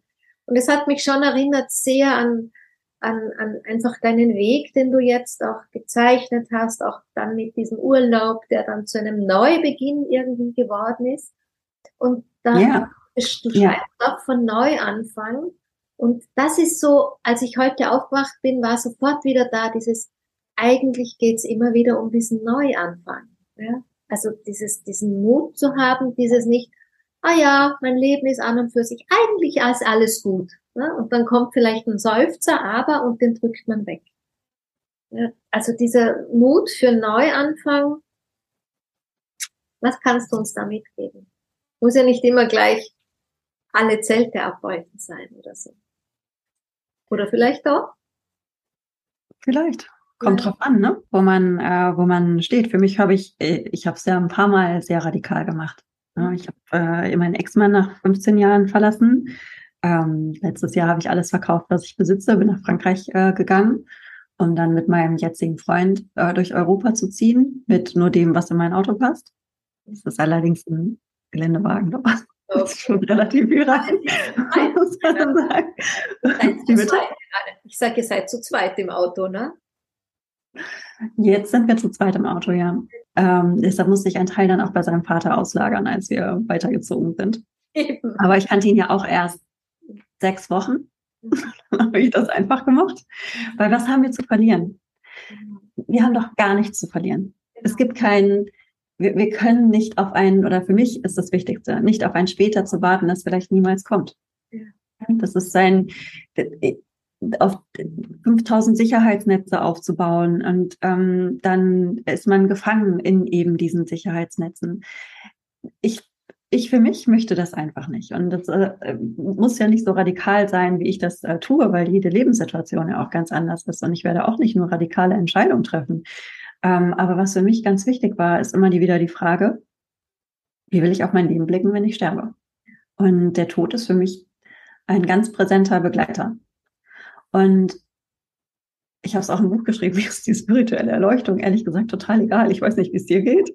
Und es hat mich schon erinnert sehr an, an, an einfach deinen Weg, den du jetzt auch gezeichnet hast, auch dann mit diesem Urlaub, der dann zu einem Neubeginn irgendwie geworden ist. Und da, Ja, du ja, schreibst auch von Neuanfang. Und das ist so, als ich heute aufgewacht bin, war sofort wieder da dieses, eigentlich geht's immer wieder um diesen Neuanfang. Ja? Also dieses, diesen Mut zu haben, dieses nicht, ah ja, mein Leben ist an und für sich eigentlich als alles gut. Ne? Und dann kommt vielleicht ein Seufzer, aber, und den drückt man weg. Ja? Also dieser Mut für Neuanfang, was kannst du uns da mitgeben? Muss ja nicht immer gleich alle Zelte abräumen sein oder so. Oder vielleicht doch? vielleicht. Kommt Ja. drauf an, ne? Wo man, äh, wo man steht. Für mich habe ich, äh, ich habe es ja ein paar Mal sehr radikal gemacht. Ja, ich habe äh, meinen Ex-Mann nach fünfzehn Jahren verlassen. Ähm, letztes Jahr habe ich alles verkauft, was ich besitze, bin nach Frankreich äh, gegangen, um dann mit meinem jetzigen Freund äh, durch Europa zu ziehen, mit nur dem, was in mein Auto passt. Das ist allerdings ein Geländewagen, doch. Das ist schon relativ viel rein, muss man sagen. Wie bitte? Ich sage, ihr seid zu zweit im Auto, ne? Jetzt sind wir zu zweit im Auto, ja. Ähm, deshalb musste ich einen Teil dann auch bei seinem Vater auslagern, als wir weitergezogen sind. Eben. Aber ich kannte ihn ja auch erst sechs Wochen. Dann habe ich das einfach gemacht. Weil was haben wir zu verlieren? Wir haben doch gar nichts zu verlieren. Es gibt keinen, wir, wir können nicht auf einen, oder für mich ist das Wichtigste, nicht auf ein später zu warten, das vielleicht niemals kommt. Das ist sein, auf fünftausend Sicherheitsnetze aufzubauen und ähm, dann ist man gefangen in eben diesen Sicherheitsnetzen. Ich, ich für mich möchte das einfach nicht und das äh, muss ja nicht so radikal sein, wie ich das äh, tue, weil jede Lebenssituation ja auch ganz anders ist und ich werde auch nicht nur radikale Entscheidungen treffen. Ähm, aber was für mich ganz wichtig war, ist immer die, wieder die Frage, wie will ich auf mein Leben blicken, wenn ich sterbe? Und der Tod ist für mich ein ganz präsenter Begleiter. Und ich habe es auch im Buch geschrieben, wie ist die spirituelle Erleuchtung, ehrlich gesagt total egal. Ich weiß nicht, wie es dir geht.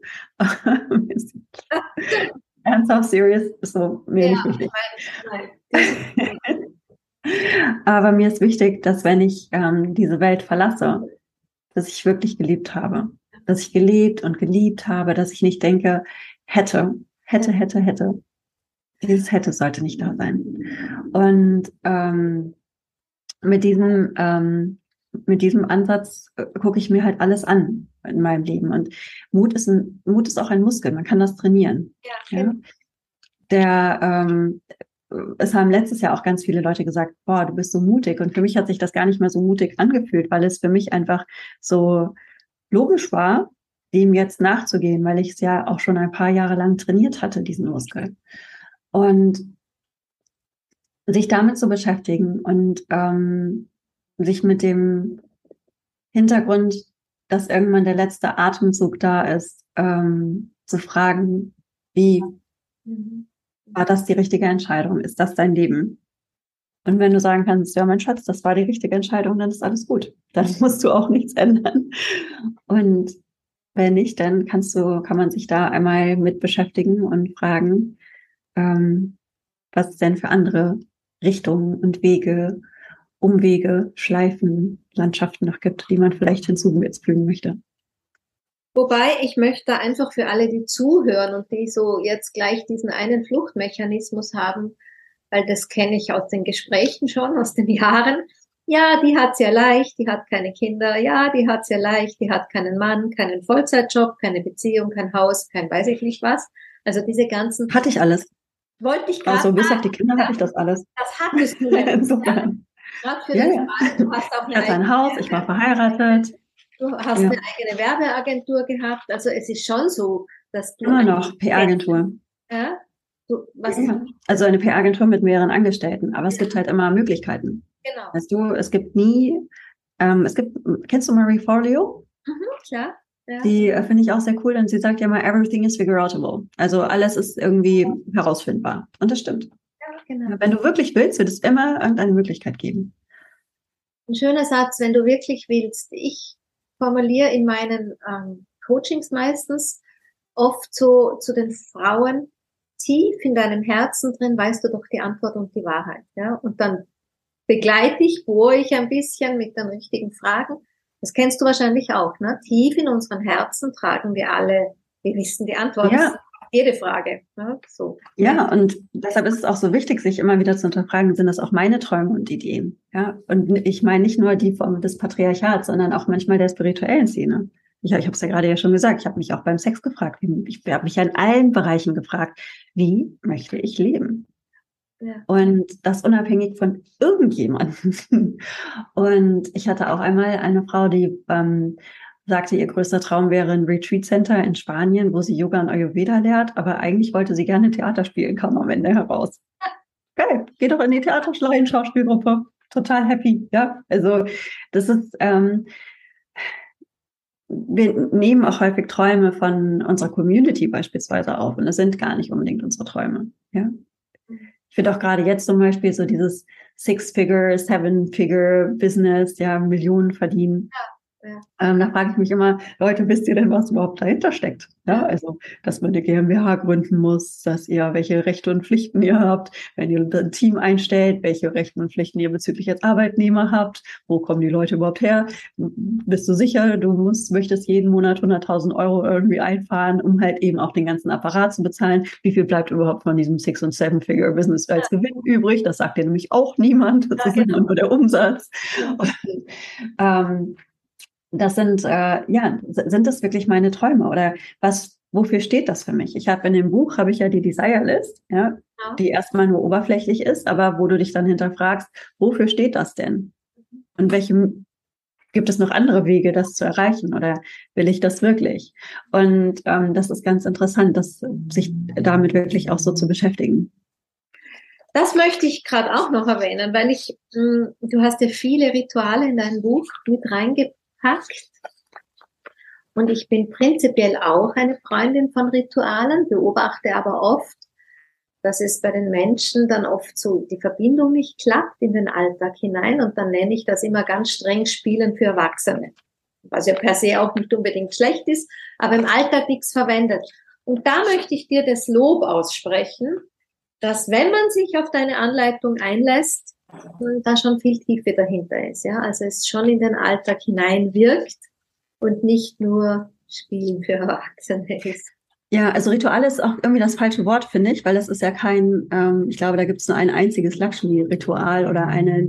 Ernsthaft, serious, ist so mir ja, nicht wichtig. Nein, nein. Aber mir ist wichtig, dass wenn ich ähm, diese Welt verlasse, dass ich wirklich gelebt habe. Dass ich gelebt und geliebt habe, dass ich nicht denke, hätte, hätte, hätte, hätte. Dieses hätte sollte nicht da sein. Und ähm, mit diesem ähm, mit diesem Ansatz äh, gucke ich mir halt alles an in meinem Leben. Und Mut ist ein Mut ist auch ein Muskel. Man kann das trainieren. Ja, ja? Der ähm, es haben letztes Jahr auch ganz viele Leute gesagt, boah, du bist so mutig. Und für mich hat sich das gar nicht mehr so mutig angefühlt, weil es für mich einfach so logisch war, dem jetzt nachzugehen, weil ich es ja auch schon ein paar Jahre lang trainiert hatte, diesen Muskel. Und sich damit zu beschäftigen und ähm, sich mit dem Hintergrund, dass irgendwann der letzte Atemzug da ist, ähm, zu fragen, wie war das die richtige Entscheidung? Ist das dein Leben? Und wenn du sagen kannst, ja, mein Schatz, das war die richtige Entscheidung, dann ist alles gut. Dann musst du auch nichts ändern. Und wenn nicht, dann kannst du, kann man sich da einmal mit beschäftigen und fragen, ähm, was es denn für andere Richtungen und Wege, Umwege, Schleifen, Landschaften noch gibt, die man vielleicht hinzufügen möchte. Wobei, ich möchte einfach für alle, die zuhören und die so jetzt gleich diesen einen Fluchtmechanismus haben, weil das kenne ich aus den Gesprächen schon, aus den Jahren. Ja, die hat's ja leicht, die hat keine Kinder. Ja, die hat's ja leicht, die hat keinen Mann, keinen Vollzeitjob, keine Beziehung, kein Haus, kein weiß ich nicht was. Also diese ganzen... Hatte ich alles. Wollte ich gerade also bis auf die Kinder ja, hatte ich das alles. Das hattest du jetzt. Insofern. Gerade für ja, den ja. Fall, du hast auch eine ich hatte ein Haus, ich war verheiratet. Du hast ja. eine eigene Werbeagentur gehabt. Also es ist schon so, dass du... Immer noch, P R-Agentur. Ja? Du, was ja. Also eine P R-Agentur mit mehreren Angestellten. Aber es gibt halt immer Möglichkeiten. Genau. Weißt du, es gibt nie, ähm, es gibt, kennst du Marie Forleo? Mhm, klar. Ja. Die äh, finde ich auch sehr cool, und sie sagt ja mal, everything is figureoutable. Also alles ist irgendwie herausfindbar. Und das stimmt. Ja, genau. Wenn du wirklich willst, wird es immer irgendeine Möglichkeit geben. Ein schöner Satz, wenn du wirklich willst. Ich formuliere in meinen ähm, Coachings meistens oft so zu den Frauen, tief in deinem Herzen drin weißt du doch die Antwort und die Wahrheit. Ja? Und dann begleite ich, bohre ich ein bisschen mit den richtigen Fragen. Das kennst du wahrscheinlich auch. Ne? Tief in unseren Herzen tragen wir alle, wir wissen die Antwort. Ja. Jede Frage. Ne? So. Ja, und deshalb ist es auch so wichtig, sich immer wieder zu hinterfragen, sind das auch meine Träume und Ideen? Ja, und ich meine nicht nur die Form des Patriarchats, sondern auch manchmal der spirituellen Szene. Ich, ich habe es ja gerade ja schon gesagt, ich habe mich auch beim Sex gefragt. Ich habe mich ja in allen Bereichen gefragt, wie möchte ich leben? Ja. Und das unabhängig von irgendjemandem. Und ich hatte auch einmal eine Frau, die ähm, sagte, ihr größter Traum wäre ein Retreat Center in Spanien, wo sie Yoga und Ayurveda lehrt, aber eigentlich wollte sie gerne Theater spielen, kam am Ende heraus. Geil, geh doch in die Theaterschleien-Schauspielgruppe. Total happy, ja. Also das ist, ähm, wir nehmen auch häufig Träume von unserer Community beispielsweise auf und es sind gar nicht unbedingt unsere Träume, ja. Ich finde auch gerade jetzt zum Beispiel so dieses Six-Figure, Seven-Figure-Business, ja, Millionen verdienen. Ja. Ja. Ähm, da frage ich mich immer, Leute, wisst ihr denn, was überhaupt dahinter steckt? Ja, also, dass man eine GmbH gründen muss, dass ihr welche Rechte und Pflichten ihr habt, wenn ihr ein Team einstellt, welche Rechte und Pflichten ihr bezüglich als Arbeitnehmer habt, wo kommen die Leute überhaupt her? Bist du sicher, du musst, möchtest jeden Monat hunderttausend Euro irgendwie einfahren, um halt eben auch den ganzen Apparat zu bezahlen? Wie viel bleibt überhaupt von diesem Six- und Seven-Figure-Business als Gewinn übrig? Das sagt dir nämlich auch niemand. Das ist immer nur der Umsatz. Und, ähm, Das sind, äh, ja, sind das wirklich meine Träume oder was, wofür steht das für mich? Ich habe in dem Buch, habe ich ja die Desire List, ja, ja, die erstmal nur oberflächlich ist, aber wo du dich dann hinterfragst, wofür steht das denn? Und welchem, gibt es noch andere Wege, das zu erreichen oder will ich das wirklich? Und ähm, das ist ganz interessant, das, sich damit wirklich auch so zu beschäftigen. Das möchte ich gerade auch noch erwähnen, weil ich, mh, du hast ja viele Rituale in dein Buch mit reingepackt. Und ich bin prinzipiell auch eine Freundin von Ritualen, beobachte aber oft, dass es bei den Menschen dann oft so die Verbindung nicht klappt in den Alltag hinein und dann nenne ich das immer ganz streng Spielen für Erwachsene, was ja per se auch nicht unbedingt schlecht ist, aber im Alltag nichts verwendet. Und da möchte ich dir das Lob aussprechen, dass wenn man sich auf deine Anleitung einlässt, da schon viel Tiefe dahinter ist, ja, also es schon in den Alltag hineinwirkt und nicht nur Spielen für Erwachsene ist. Ja, also Ritual ist auch irgendwie das falsche Wort, finde ich, weil es ist ja kein, ähm, ich glaube, da gibt es nur ein einziges Lakshmi-Ritual oder eine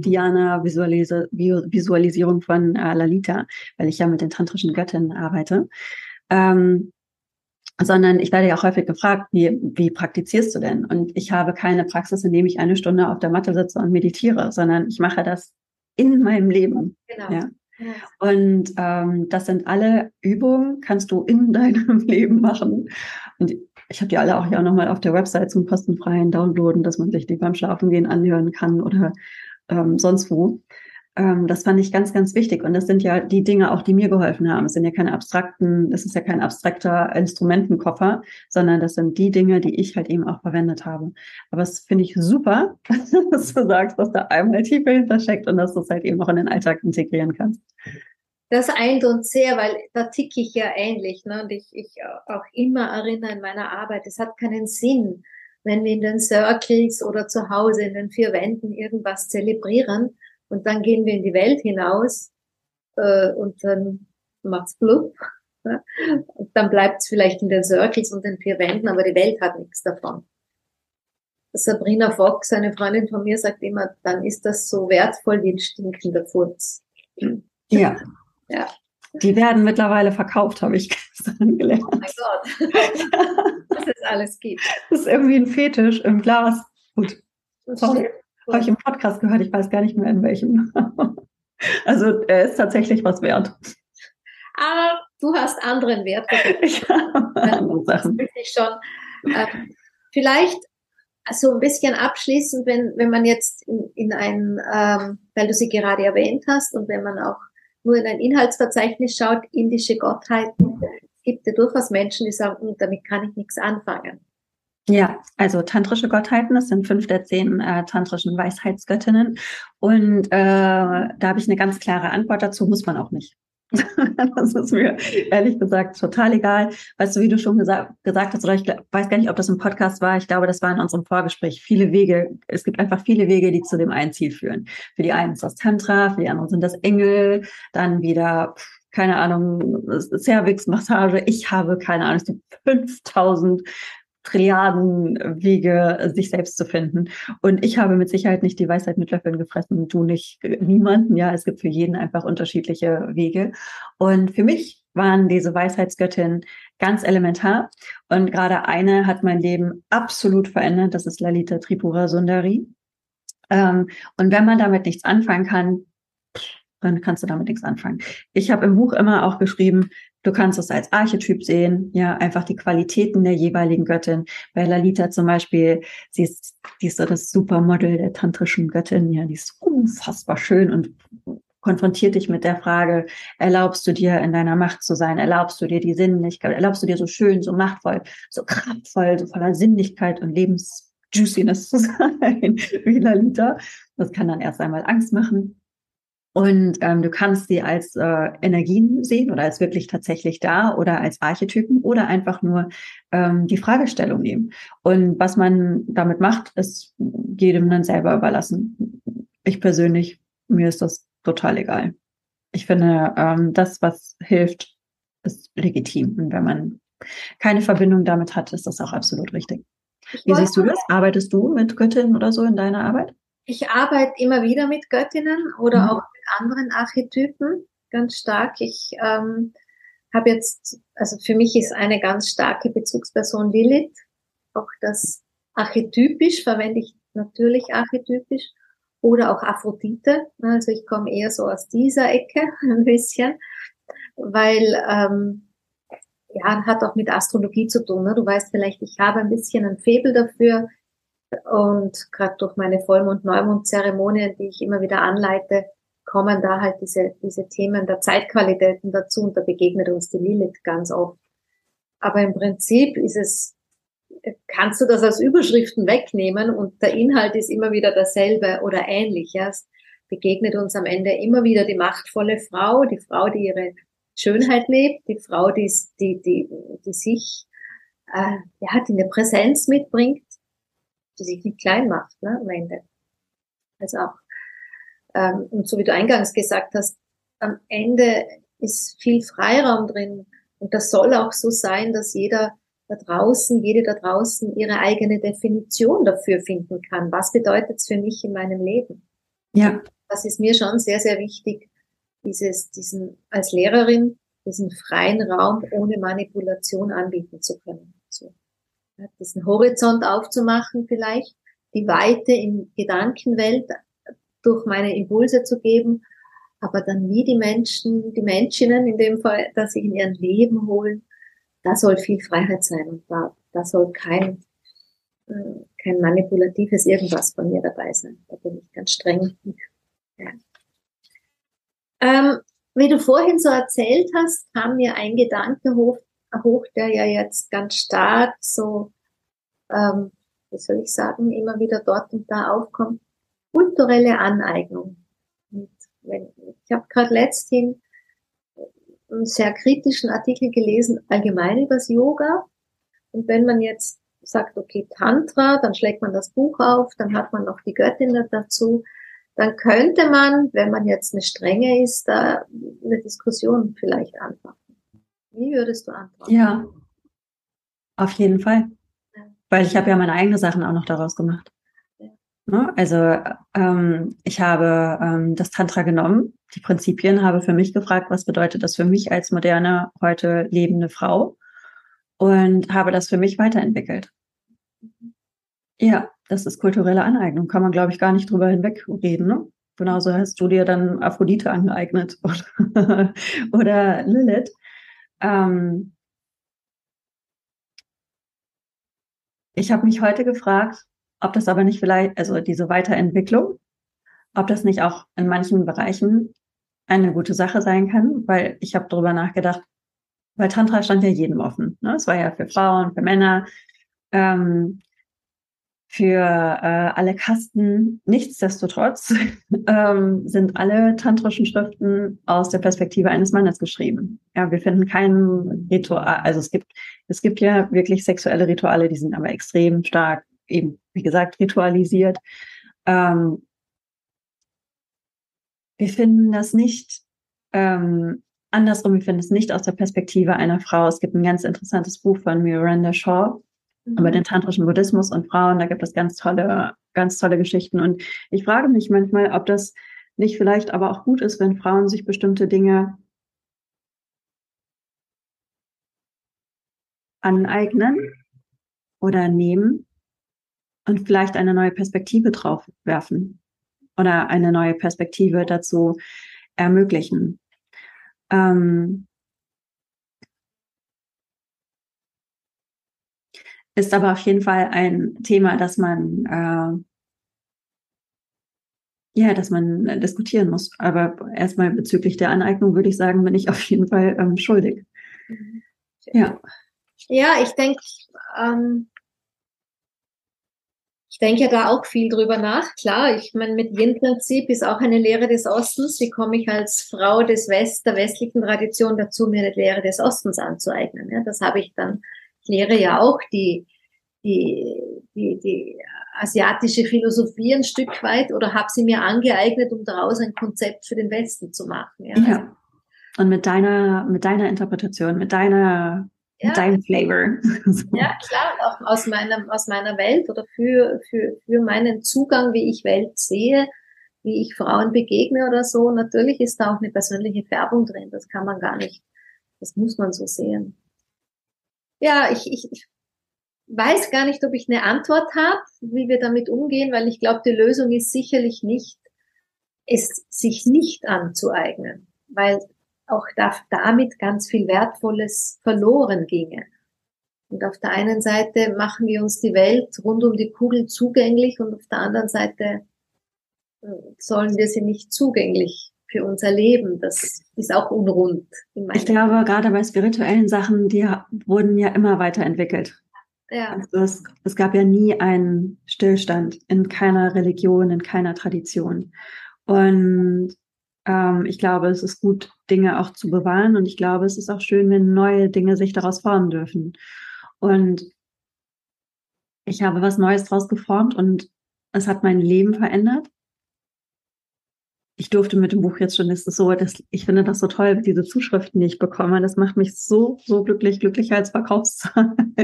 Dhyana-Visualisierung von äh, Lalita, weil ich ja mit den tantrischen Göttinnen arbeite. Ähm, sondern ich werde ja auch häufig gefragt, wie, wie praktizierst du denn? Und ich habe keine Praxis, in dem ich eine Stunde auf der Matte sitze und meditiere, sondern ich mache das in meinem Leben. Genau. Ja. Ja. Und ähm, das sind alle Übungen, kannst du in deinem Leben machen. Und ich habe die alle auch ja nochmal auf der Website zum kostenfreien Downloaden, dass man sich die beim Schlafengehen anhören kann oder ähm, sonst wo. Ähm, das fand ich ganz, ganz wichtig. Und das sind ja die Dinge auch, die mir geholfen haben. Es sind ja keine abstrakten, es ist ja kein abstrakter Instrumentenkoffer, sondern das sind die Dinge, die ich halt eben auch verwendet habe. Aber es finde ich super, dass du sagst, dass da einmal Tiefe hinter steckt und dass du es halt eben auch in den Alltag integrieren kannst. Das eint uns sehr, weil da ticke ich ja ähnlich, ne? Und ich, ich auch immer erinnere in meiner Arbeit, es hat keinen Sinn, wenn wir in den Circles oder zu Hause in den vier Wänden irgendwas zelebrieren, und dann gehen wir in die Welt hinaus äh, und dann macht's blub. Ne? Und dann bleibt's vielleicht in den Circles und den vier Wänden, aber die Welt hat nichts davon. Sabrina Fox, eine Freundin von mir, sagt immer, dann ist das so wertvoll wie ein stinkender Furz. Ja. Ja. Die werden mittlerweile verkauft, habe ich gestern gelernt. Oh mein Gott. Was es alles gibt. Das ist irgendwie ein Fetisch im Glas. Gut. Sorry. Habe ich im Podcast gehört, ich weiß gar nicht mehr in welchem. Also er ist tatsächlich was wert. Aber du hast anderen Wert. Ja, andere Sachen. Das ich schon. Äh, vielleicht so ein bisschen abschließend, wenn wenn man jetzt in, in ein, ähm, weil du sie gerade erwähnt hast und wenn man auch nur in ein Inhaltsverzeichnis schaut, indische Gottheiten, es gibt ja durchaus Menschen, die sagen, damit kann ich nichts anfangen. Ja, also tantrische Gottheiten, das sind fünf der zehn äh, tantrischen Weisheitsgöttinnen und äh, da habe ich eine ganz klare Antwort dazu, muss man auch nicht. Das ist mir ehrlich gesagt total egal. Weißt du, wie du schon gesagt, gesagt hast, oder ich weiß gar nicht, ob das im Podcast war. Ich glaube, das war in unserem Vorgespräch. Viele Wege. Es gibt einfach viele Wege, die zu dem einen Ziel führen. Für die einen ist das Tantra, für die anderen sind das Engel, dann wieder, keine Ahnung, Cervix-Massage. Ich habe keine Ahnung, es gibt fünftausend Trilliarden Wege, sich selbst zu finden. Und ich habe mit Sicherheit nicht die Weisheit mit Löffeln gefressen, du nicht, niemanden. Ja, es gibt für jeden einfach unterschiedliche Wege. Und für mich waren diese Weisheitsgöttinnen ganz elementar. Und gerade eine hat mein Leben absolut verändert. Das ist Lalita Tripura Sundari. Und wenn man damit nichts anfangen kann, dann kannst du damit nichts anfangen. Ich habe im Buch immer auch geschrieben, du kannst es als Archetyp sehen, ja, einfach die Qualitäten der jeweiligen Göttin. Bei Lalita zum Beispiel, sie ist, die ist so das Supermodel der tantrischen Göttin, ja, die ist unfassbar schön und konfrontiert dich mit der Frage, erlaubst du dir in deiner Macht zu sein, erlaubst du dir die Sinnlichkeit, erlaubst du dir so schön, so machtvoll, so kraftvoll, so voller Sinnlichkeit und Lebensjuiciness zu sein, wie Lalita. Das kann dann erst einmal Angst machen. Und ähm, du kannst sie als äh, Energien sehen oder als wirklich tatsächlich da oder als Archetypen oder einfach nur ähm, die Fragestellung nehmen. Und was man damit macht, ist jedem dann selber überlassen. Ich persönlich, mir ist das total egal. Ich finde, ähm, das, was hilft, ist legitim. Und wenn man keine Verbindung damit hat, ist das auch absolut richtig. Wie siehst du das? Arbeitest du mit Göttinnen oder so in deiner Arbeit? Ich arbeite immer wieder mit Göttinnen oder mhm. auch mit anderen Archetypen ganz stark. Ich ähm, habe jetzt, also für mich ist eine ganz starke Bezugsperson Lilith. Auch das archetypisch verwende ich natürlich archetypisch oder auch Aphrodite. Also ich komme eher so aus dieser Ecke ein bisschen, weil ähm, ja, hat auch mit Astrologie zu tun. Ne? Du weißt vielleicht, ich habe ein bisschen ein Faible dafür. Und gerade durch meine Vollmond-Neumond-Zeremonien, die ich immer wieder anleite, kommen da halt diese, diese Themen der Zeitqualitäten dazu und da begegnet uns die Lilith ganz oft. Aber im Prinzip ist es, kannst du das als Überschriften wegnehmen und der Inhalt ist immer wieder derselbe oder ähnlich. Ja? Es begegnet uns am Ende immer wieder die machtvolle Frau, die Frau, die ihre Schönheit lebt, die Frau, die, die, die, die sich, äh, ja, die eine Präsenz mitbringt, die sich nicht klein macht, ne, am Ende. Also auch, ähm, und so wie du eingangs gesagt hast, am Ende ist viel Freiraum drin und das soll auch so sein, dass jeder da draußen, jede da draußen ihre eigene Definition dafür finden kann. Was bedeutet es für mich in meinem Leben? Ja. Das ist mir schon sehr, sehr wichtig, dieses, diesen, als Lehrerin, diesen freien Raum ohne Manipulation anbieten zu können. So. Diesen Horizont aufzumachen vielleicht, die Weite in Gedankenwelt durch meine Impulse zu geben, aber dann wie die Menschen, die Menschinnen in dem Fall, dass sie in ihren Leben holen, da soll viel Freiheit sein und da, da soll kein, äh, kein manipulatives irgendwas von mir dabei sein. Da bin ich ganz streng. Ja. Ähm, wie du vorhin so erzählt hast, kam mir ein Gedanke hoch, hoch, der ja jetzt ganz stark so, ähm, wie soll ich sagen, immer wieder dort und da aufkommt, kulturelle Aneignung. Und wenn, ich habe gerade letzthin einen sehr kritischen Artikel gelesen, allgemein übers Yoga. Und wenn man jetzt sagt, okay, Tantra, dann schlägt man das Buch auf, dann hat man noch die Göttin dazu, dann könnte man, wenn man jetzt eine Strenge ist, da eine Diskussion vielleicht anfangen. Wie würdest du antworten? Ja, auf jeden Fall. Ja. Weil ich habe ja meine eigenen Sachen auch noch daraus gemacht. Ja. Ne? Also ähm, ich habe ähm, das Tantra genommen, die Prinzipien, habe für mich gefragt, was bedeutet das für mich als moderne, heute lebende Frau und habe das für mich weiterentwickelt. Mhm. Ja, das ist kulturelle Aneignung, kann man, glaube ich, gar nicht drüber hinwegreden. Ne? Genauso hast du dir dann Aphrodite angeeignet oder, oder Lilith. Ähm, ich habe mich heute gefragt, ob das aber nicht vielleicht, also diese Weiterentwicklung, ob das nicht auch in manchen Bereichen eine gute Sache sein kann, weil ich habe darüber nachgedacht, weil Tantra stand ja jedem offen. Ne? Es war ja für Frauen, für Männer. Ähm, für äh, alle Kasten. Nichtsdestotrotz ähm, sind alle tantrischen Schriften aus der Perspektive eines Mannes geschrieben. Ja, wir finden kein Ritual, also es gibt, es gibt ja wirklich sexuelle Rituale, die sind aber extrem stark, eben, wie gesagt, ritualisiert. Ähm, wir finden das nicht, ähm, andersrum, wir finden es nicht aus der Perspektive einer Frau. Es gibt ein ganz interessantes Buch von Miranda Shaw, über den tantrischen Buddhismus und Frauen, da gibt es ganz tolle, ganz tolle Geschichten. Und ich frage mich manchmal, ob das nicht vielleicht aber auch gut ist, wenn Frauen sich bestimmte Dinge aneignen oder nehmen und vielleicht eine neue Perspektive drauf werfen oder eine neue Perspektive dazu ermöglichen. Ähm, ist aber auf jeden Fall ein Thema, das man äh, ja, dass man äh, diskutieren muss. Aber erstmal bezüglich der Aneignung würde ich sagen, bin ich auf jeden Fall ähm, schuldig. Ja. Ja, ich denke, ähm, ich denke da auch viel drüber nach. Klar, ich meine, mit Yin-Prinzip ist auch eine Lehre des Ostens. Wie komme ich als Frau des West, der westlichen Tradition dazu, mir eine Lehre des Ostens anzueignen? Ja, das habe ich dann, ich lehre ja auch die, die, die, die asiatische Philosophie ein Stück weit oder habe sie mir angeeignet, um daraus ein Konzept für den Westen zu machen. Ja, ja. Also, und mit deiner, mit deiner Interpretation, mit deiner, ja, mit deinem Flavor. So. Ja, klar, auch aus meinem, aus meiner Welt oder für, für, für meinen Zugang, wie ich Welt sehe, wie ich Frauen begegne oder so. Natürlich ist da auch eine persönliche Färbung drin. Das kann man gar nicht, das muss man so sehen. Ja, ich, ich, ich weiß gar nicht, ob ich eine Antwort habe, wie wir damit umgehen, weil ich glaube, die Lösung ist sicherlich nicht, es sich nicht anzueignen, weil auch da, damit ganz viel Wertvolles verloren ginge. Und auf der einen Seite machen wir uns die Welt rund um die Kugel zugänglich und auf der anderen Seite sollen wir sie nicht zugänglich für uns erleben. Das ist auch unrund. Ich glaube, gerade bei spirituellen Sachen, die wurden ja immer weiterentwickelt. Ja. Also es, es gab ja nie einen Stillstand in keiner Religion, in keiner Tradition. Und ähm, ich glaube, es ist gut, Dinge auch zu bewahren. Und ich glaube, es ist auch schön, wenn neue Dinge sich daraus formen dürfen. Und ich habe was Neues daraus geformt und es hat mein Leben verändert. Ich durfte mit dem Buch jetzt schon, ist es so, dass ich finde das so toll, diese Zuschriften, die ich bekomme. Das macht mich so, so glücklich, glücklicher als Verkaufszahlen.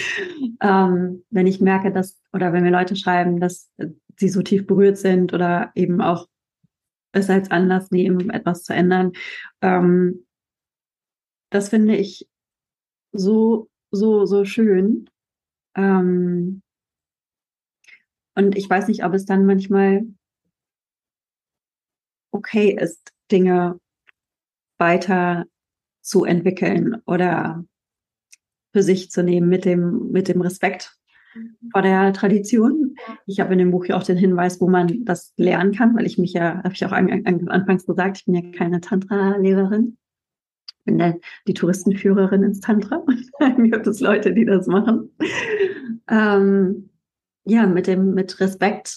ähm, wenn ich merke, dass, oder wenn mir Leute schreiben, dass sie so tief berührt sind oder eben auch es als Anlass nehmen, etwas zu ändern. Ähm, das finde ich so, so, so schön. Ähm, und ich weiß nicht, ob es dann manchmal okay ist, Dinge weiter zu entwickeln oder für sich zu nehmen mit dem, mit dem Respekt vor der Tradition. Ich habe in dem Buch ja auch den Hinweis, wo man das lernen kann, weil ich mich ja, habe ich auch an, an, anfangs gesagt, ich bin ja keine Tantra-Lehrerin. Ich bin ja die Touristenführerin ins Tantra. Da gibt es Leute, die das machen. Ähm, ja, mit dem, mit Respekt.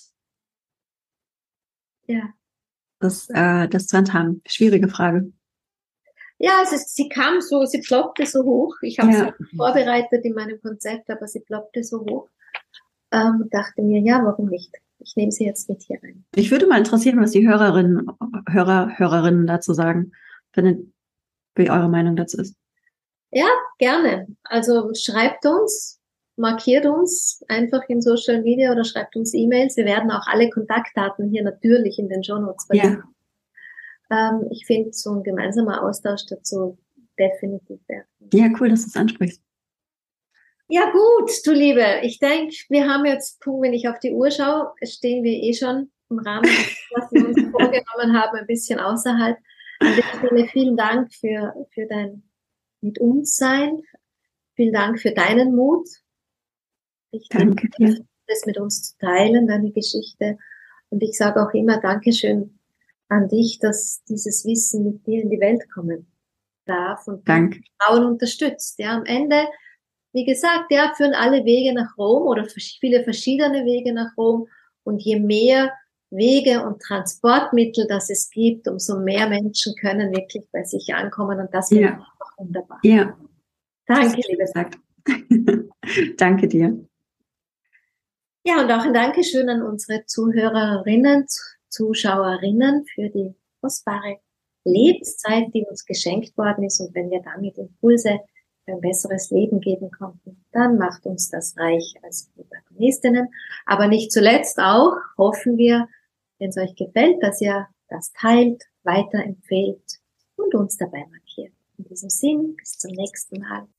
Ja. Das, äh, das zu handhaben. Schwierige Frage. Ja, also sie kam so, sie ploppte so hoch. Ich habe ja. sie vorbereitet in meinem Konzept, aber sie ploppte so hoch. Ähm, und dachte mir, ja, warum nicht? Ich nehme sie jetzt mit hier rein. Mich würde mal interessieren, was die Hörerinnen, Hörer, Hörerinnen dazu sagen, wenn, wie eure Meinung dazu ist. Ja, gerne. Also schreibt uns, markiert uns einfach in Social Media oder schreibt uns E-Mails. Wir werden auch alle Kontaktdaten hier natürlich in den Shownotes verlinken. Ja. Ähm, ich finde so ein gemeinsamer Austausch dazu definitiv wertvoll. Ja, cool, dass du es ansprichst. Ja gut, du Liebe, ich denke, wir haben jetzt, wenn ich auf die Uhr schaue, stehen wir eh schon im Rahmen, was wir uns vorgenommen haben, ein bisschen außerhalb. An der Stelle vielen Dank für, für dein mit uns sein. Vielen Dank für deinen Mut. Ich danke dir. Das mit uns zu teilen, deine Geschichte. Und ich sage auch immer Dankeschön an dich, dass dieses Wissen mit dir in die Welt kommen darf und Danke. Frauen unterstützt. Ja, am Ende wie gesagt, ja, führen alle Wege nach Rom oder viele verschiedene Wege nach Rom. Und je mehr Wege und Transportmittel, dass es gibt, umso mehr Menschen können wirklich bei sich ankommen. Und das wäre Ja. einfach wunderbar. Ja. Danke, liebe Sagt. Danke dir. Ja, und auch ein Dankeschön an unsere Zuhörerinnen, Zuschauerinnen für die kostbare Lebenszeit, die uns geschenkt worden ist. Und wenn wir damit Impulse für ein besseres Leben geben konnten, dann macht uns das reich als Protagonistinnen. Aber nicht zuletzt auch hoffen wir, wenn es euch gefällt, dass ihr das teilt, weiterempfehlt und uns dabei markiert. In diesem Sinn, bis zum nächsten Mal.